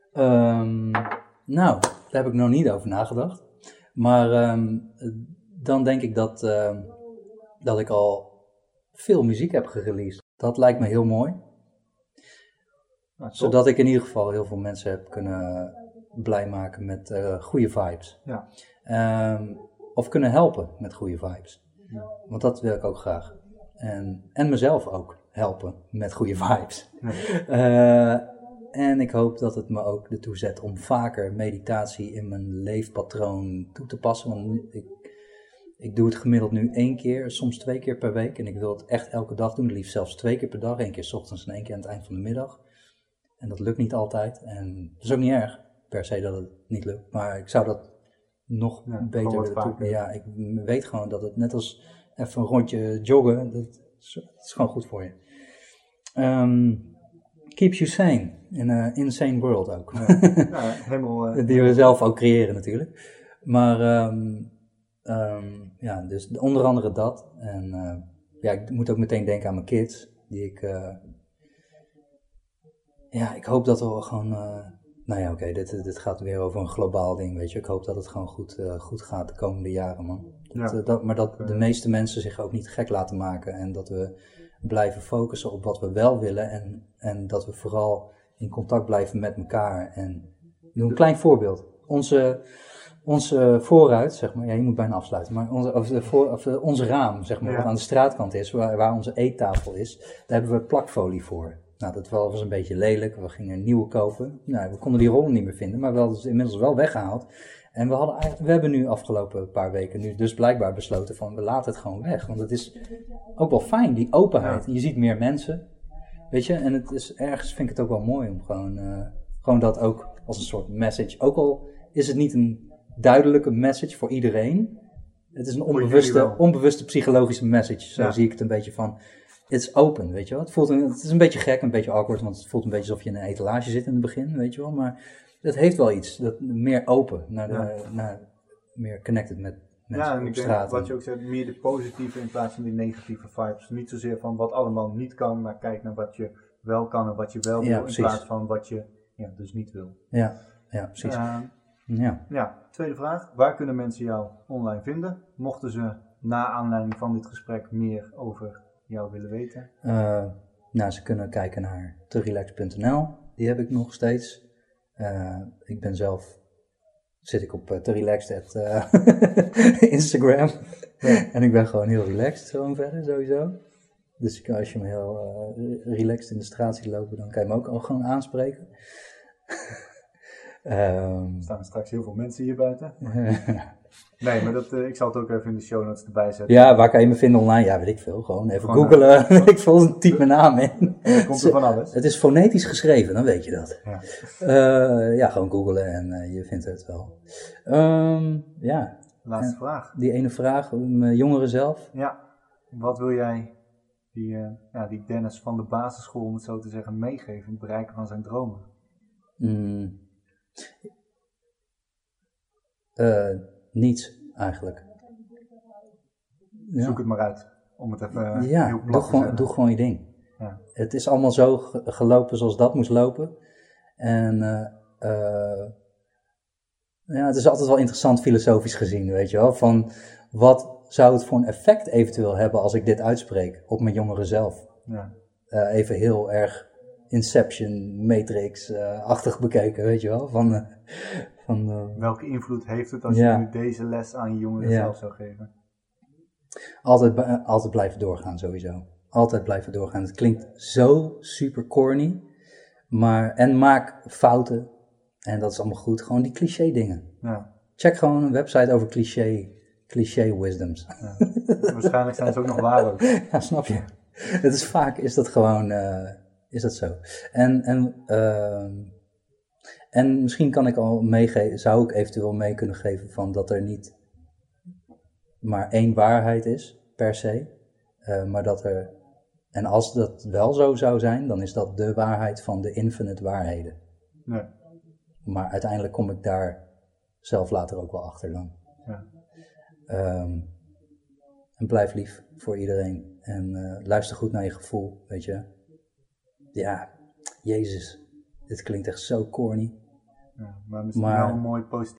Um, nou, daar heb ik nog niet over nagedacht. Maar um, dan denk ik dat, uh, dat ik al veel muziek heb gereleased. Dat lijkt me heel mooi. Nou, zodat ik in ieder geval heel veel mensen heb kunnen blij maken met uh, goede vibes. Ja. Um, of kunnen helpen met goede vibes. Ja. Want dat wil ik ook graag. En, en mezelf ook helpen met goede vibes. Ja. Uh, en ik hoop dat het me ook ertoe zet om vaker meditatie in mijn leefpatroon toe te passen. Want ik, ik doe het gemiddeld nu één keer, soms twee keer per week. En ik wil het echt elke dag doen, liefst zelfs twee keer per dag. Eén keer 's ochtends en één keer aan het eind van de middag. En dat lukt niet altijd. En dat is ook niet erg, per se dat het niet lukt. Maar ik zou dat nog ja, beter willen doen. Ja, ik weet gewoon dat het net als even een rondje joggen, dat is, dat is gewoon goed voor je. Um, keeps you sane, in an insane world ook. Ja, ja, helemaal, uh, die we zelf ook creëren natuurlijk. Maar um, um, ja, dus onder andere dat. En uh, ja, ik moet ook meteen denken aan mijn kids, die ik... Uh, ja, ik hoop dat we gewoon... Uh, nou ja, oké, okay, dit, dit gaat weer over een globaal ding, weet je. Ik hoop dat het gewoon goed, uh, goed gaat de komende jaren, man. Dat, ja. uh, dat, maar dat de meeste mensen zich ook niet gek laten maken. En dat we blijven focussen op wat we wel willen. En, en dat we vooral in contact blijven met elkaar. En ik doe een klein voorbeeld. Onze, onze voorruit, zeg maar, ja, je moet bijna afsluiten. Maar onze, of de voor, of de, ons raam, zeg maar, ja. wat aan de straatkant is, waar, waar onze eettafel is, daar hebben we plakfolie voor. Nou, dat was een beetje lelijk. We gingen een nieuwe kopen. Nou, we konden die rollen niet meer vinden, maar wel, dus inmiddels wel weggehaald. En we, hadden eigenlijk, we hebben nu afgelopen paar weken nu dus blijkbaar besloten van we laten het gewoon weg. Want het is ook wel fijn, die openheid. Ja. Je ziet meer mensen, weet je. En het is ergens, vind ik het ook wel mooi om gewoon, uh, gewoon dat ook als een soort message. Ook al is het niet een duidelijke message voor iedereen. Het is een onbewuste, onbewuste psychologische message. Zo ja. zie ik het een beetje van... It's open, weet je wel. Het, voelt een, het is een beetje gek, een beetje awkward, want het voelt een beetje alsof je in een etalage zit in het begin, weet je wel. Maar het heeft wel iets, dat, meer open, naar de, ja. naar, meer connected met mensen ja, en op ik straat. Denk, wat je ook zegt, meer de positieve in plaats van die negatieve vibes. Niet zozeer van wat allemaal niet kan, maar kijk naar wat je wel kan en wat je wel wil, ja, in plaats van wat je ja, dus niet wil. Ja, ja precies. Uh, ja. ja, tweede vraag. Waar kunnen mensen jou online vinden? Mochten ze na aanleiding van dit gesprek meer over jou willen weten? Uh, nou, ze kunnen kijken naar te relax punt n l. Die heb ik nog steeds. Uh, ik ben zelf, zit ik op uh, te relaxed at uh, Instagram. Ja. En ik ben gewoon heel relaxed, gewoon verder sowieso. Dus als je me heel uh, relaxed in de straat ziet lopen, dan kan je me ook al gewoon aanspreken. um, er staan straks heel veel mensen hier buiten. Nee, maar dat, uh, ik zal het ook even in de show notes erbij zetten. Ja, waar kan je me vinden online? Ja, weet ik veel. Gewoon even gewoon googlen. Uh, ik vul typ mijn naam in. Er komt er van alles. Het is fonetisch geschreven, dan weet je dat. Ja, uh, ja gewoon googlen en uh, je vindt het wel. Um, ja. Laatste uh, vraag. Die ene vraag, mijn jongeren zelf. Ja, wat wil jij die, uh, ja, die Dennis van de basisschool, om het zo te zeggen, meegeven in het bereiken van zijn dromen? Mm. Uh, Niets, eigenlijk. Ja. Zoek het maar uit, om het even ja, heel plat doe te gewoon, zeggen. doe gewoon je ding. Ja. Het is allemaal zo gelopen zoals dat moest lopen. En uh, uh, ja, het is altijd wel interessant filosofisch gezien, weet je wel. Van, wat zou het voor een effect eventueel hebben als ik dit uitspreek op mijn jongeren zelf? Ja. Uh, even heel erg Inception, Matrix-achtig uh, bekeken, weet je wel. Van... Uh, Van, uh, welke invloed heeft het als ja. je nu deze les aan je jongeren ja. zelf zou geven? Altijd, uh, altijd blijven doorgaan, sowieso. Altijd blijven doorgaan. Het klinkt zo super corny. Maar, en maak fouten. En dat is allemaal goed. Gewoon die cliché dingen. Ja. Check gewoon een website over cliché, cliché wisdoms. Ja. Waarschijnlijk zijn ze ook nog waar ook. Ja, snap je. Het is vaak, is dat gewoon, uh, is dat zo. En, en, uh, En misschien kan ik al meegeven, zou ik eventueel mee kunnen geven van dat er niet maar één waarheid is, per se. Uh, maar dat er, en als dat wel zo zou zijn, dan is dat de waarheid van de infinite waarheden. Nee. Maar uiteindelijk kom ik daar zelf later ook wel achter dan. Ja. Um, en blijf lief voor iedereen. En uh, luister goed naar je gevoel, weet je. Ja, Jezus, dit klinkt echt zo corny. Ja, maar misschien Maar- wel een mooi positief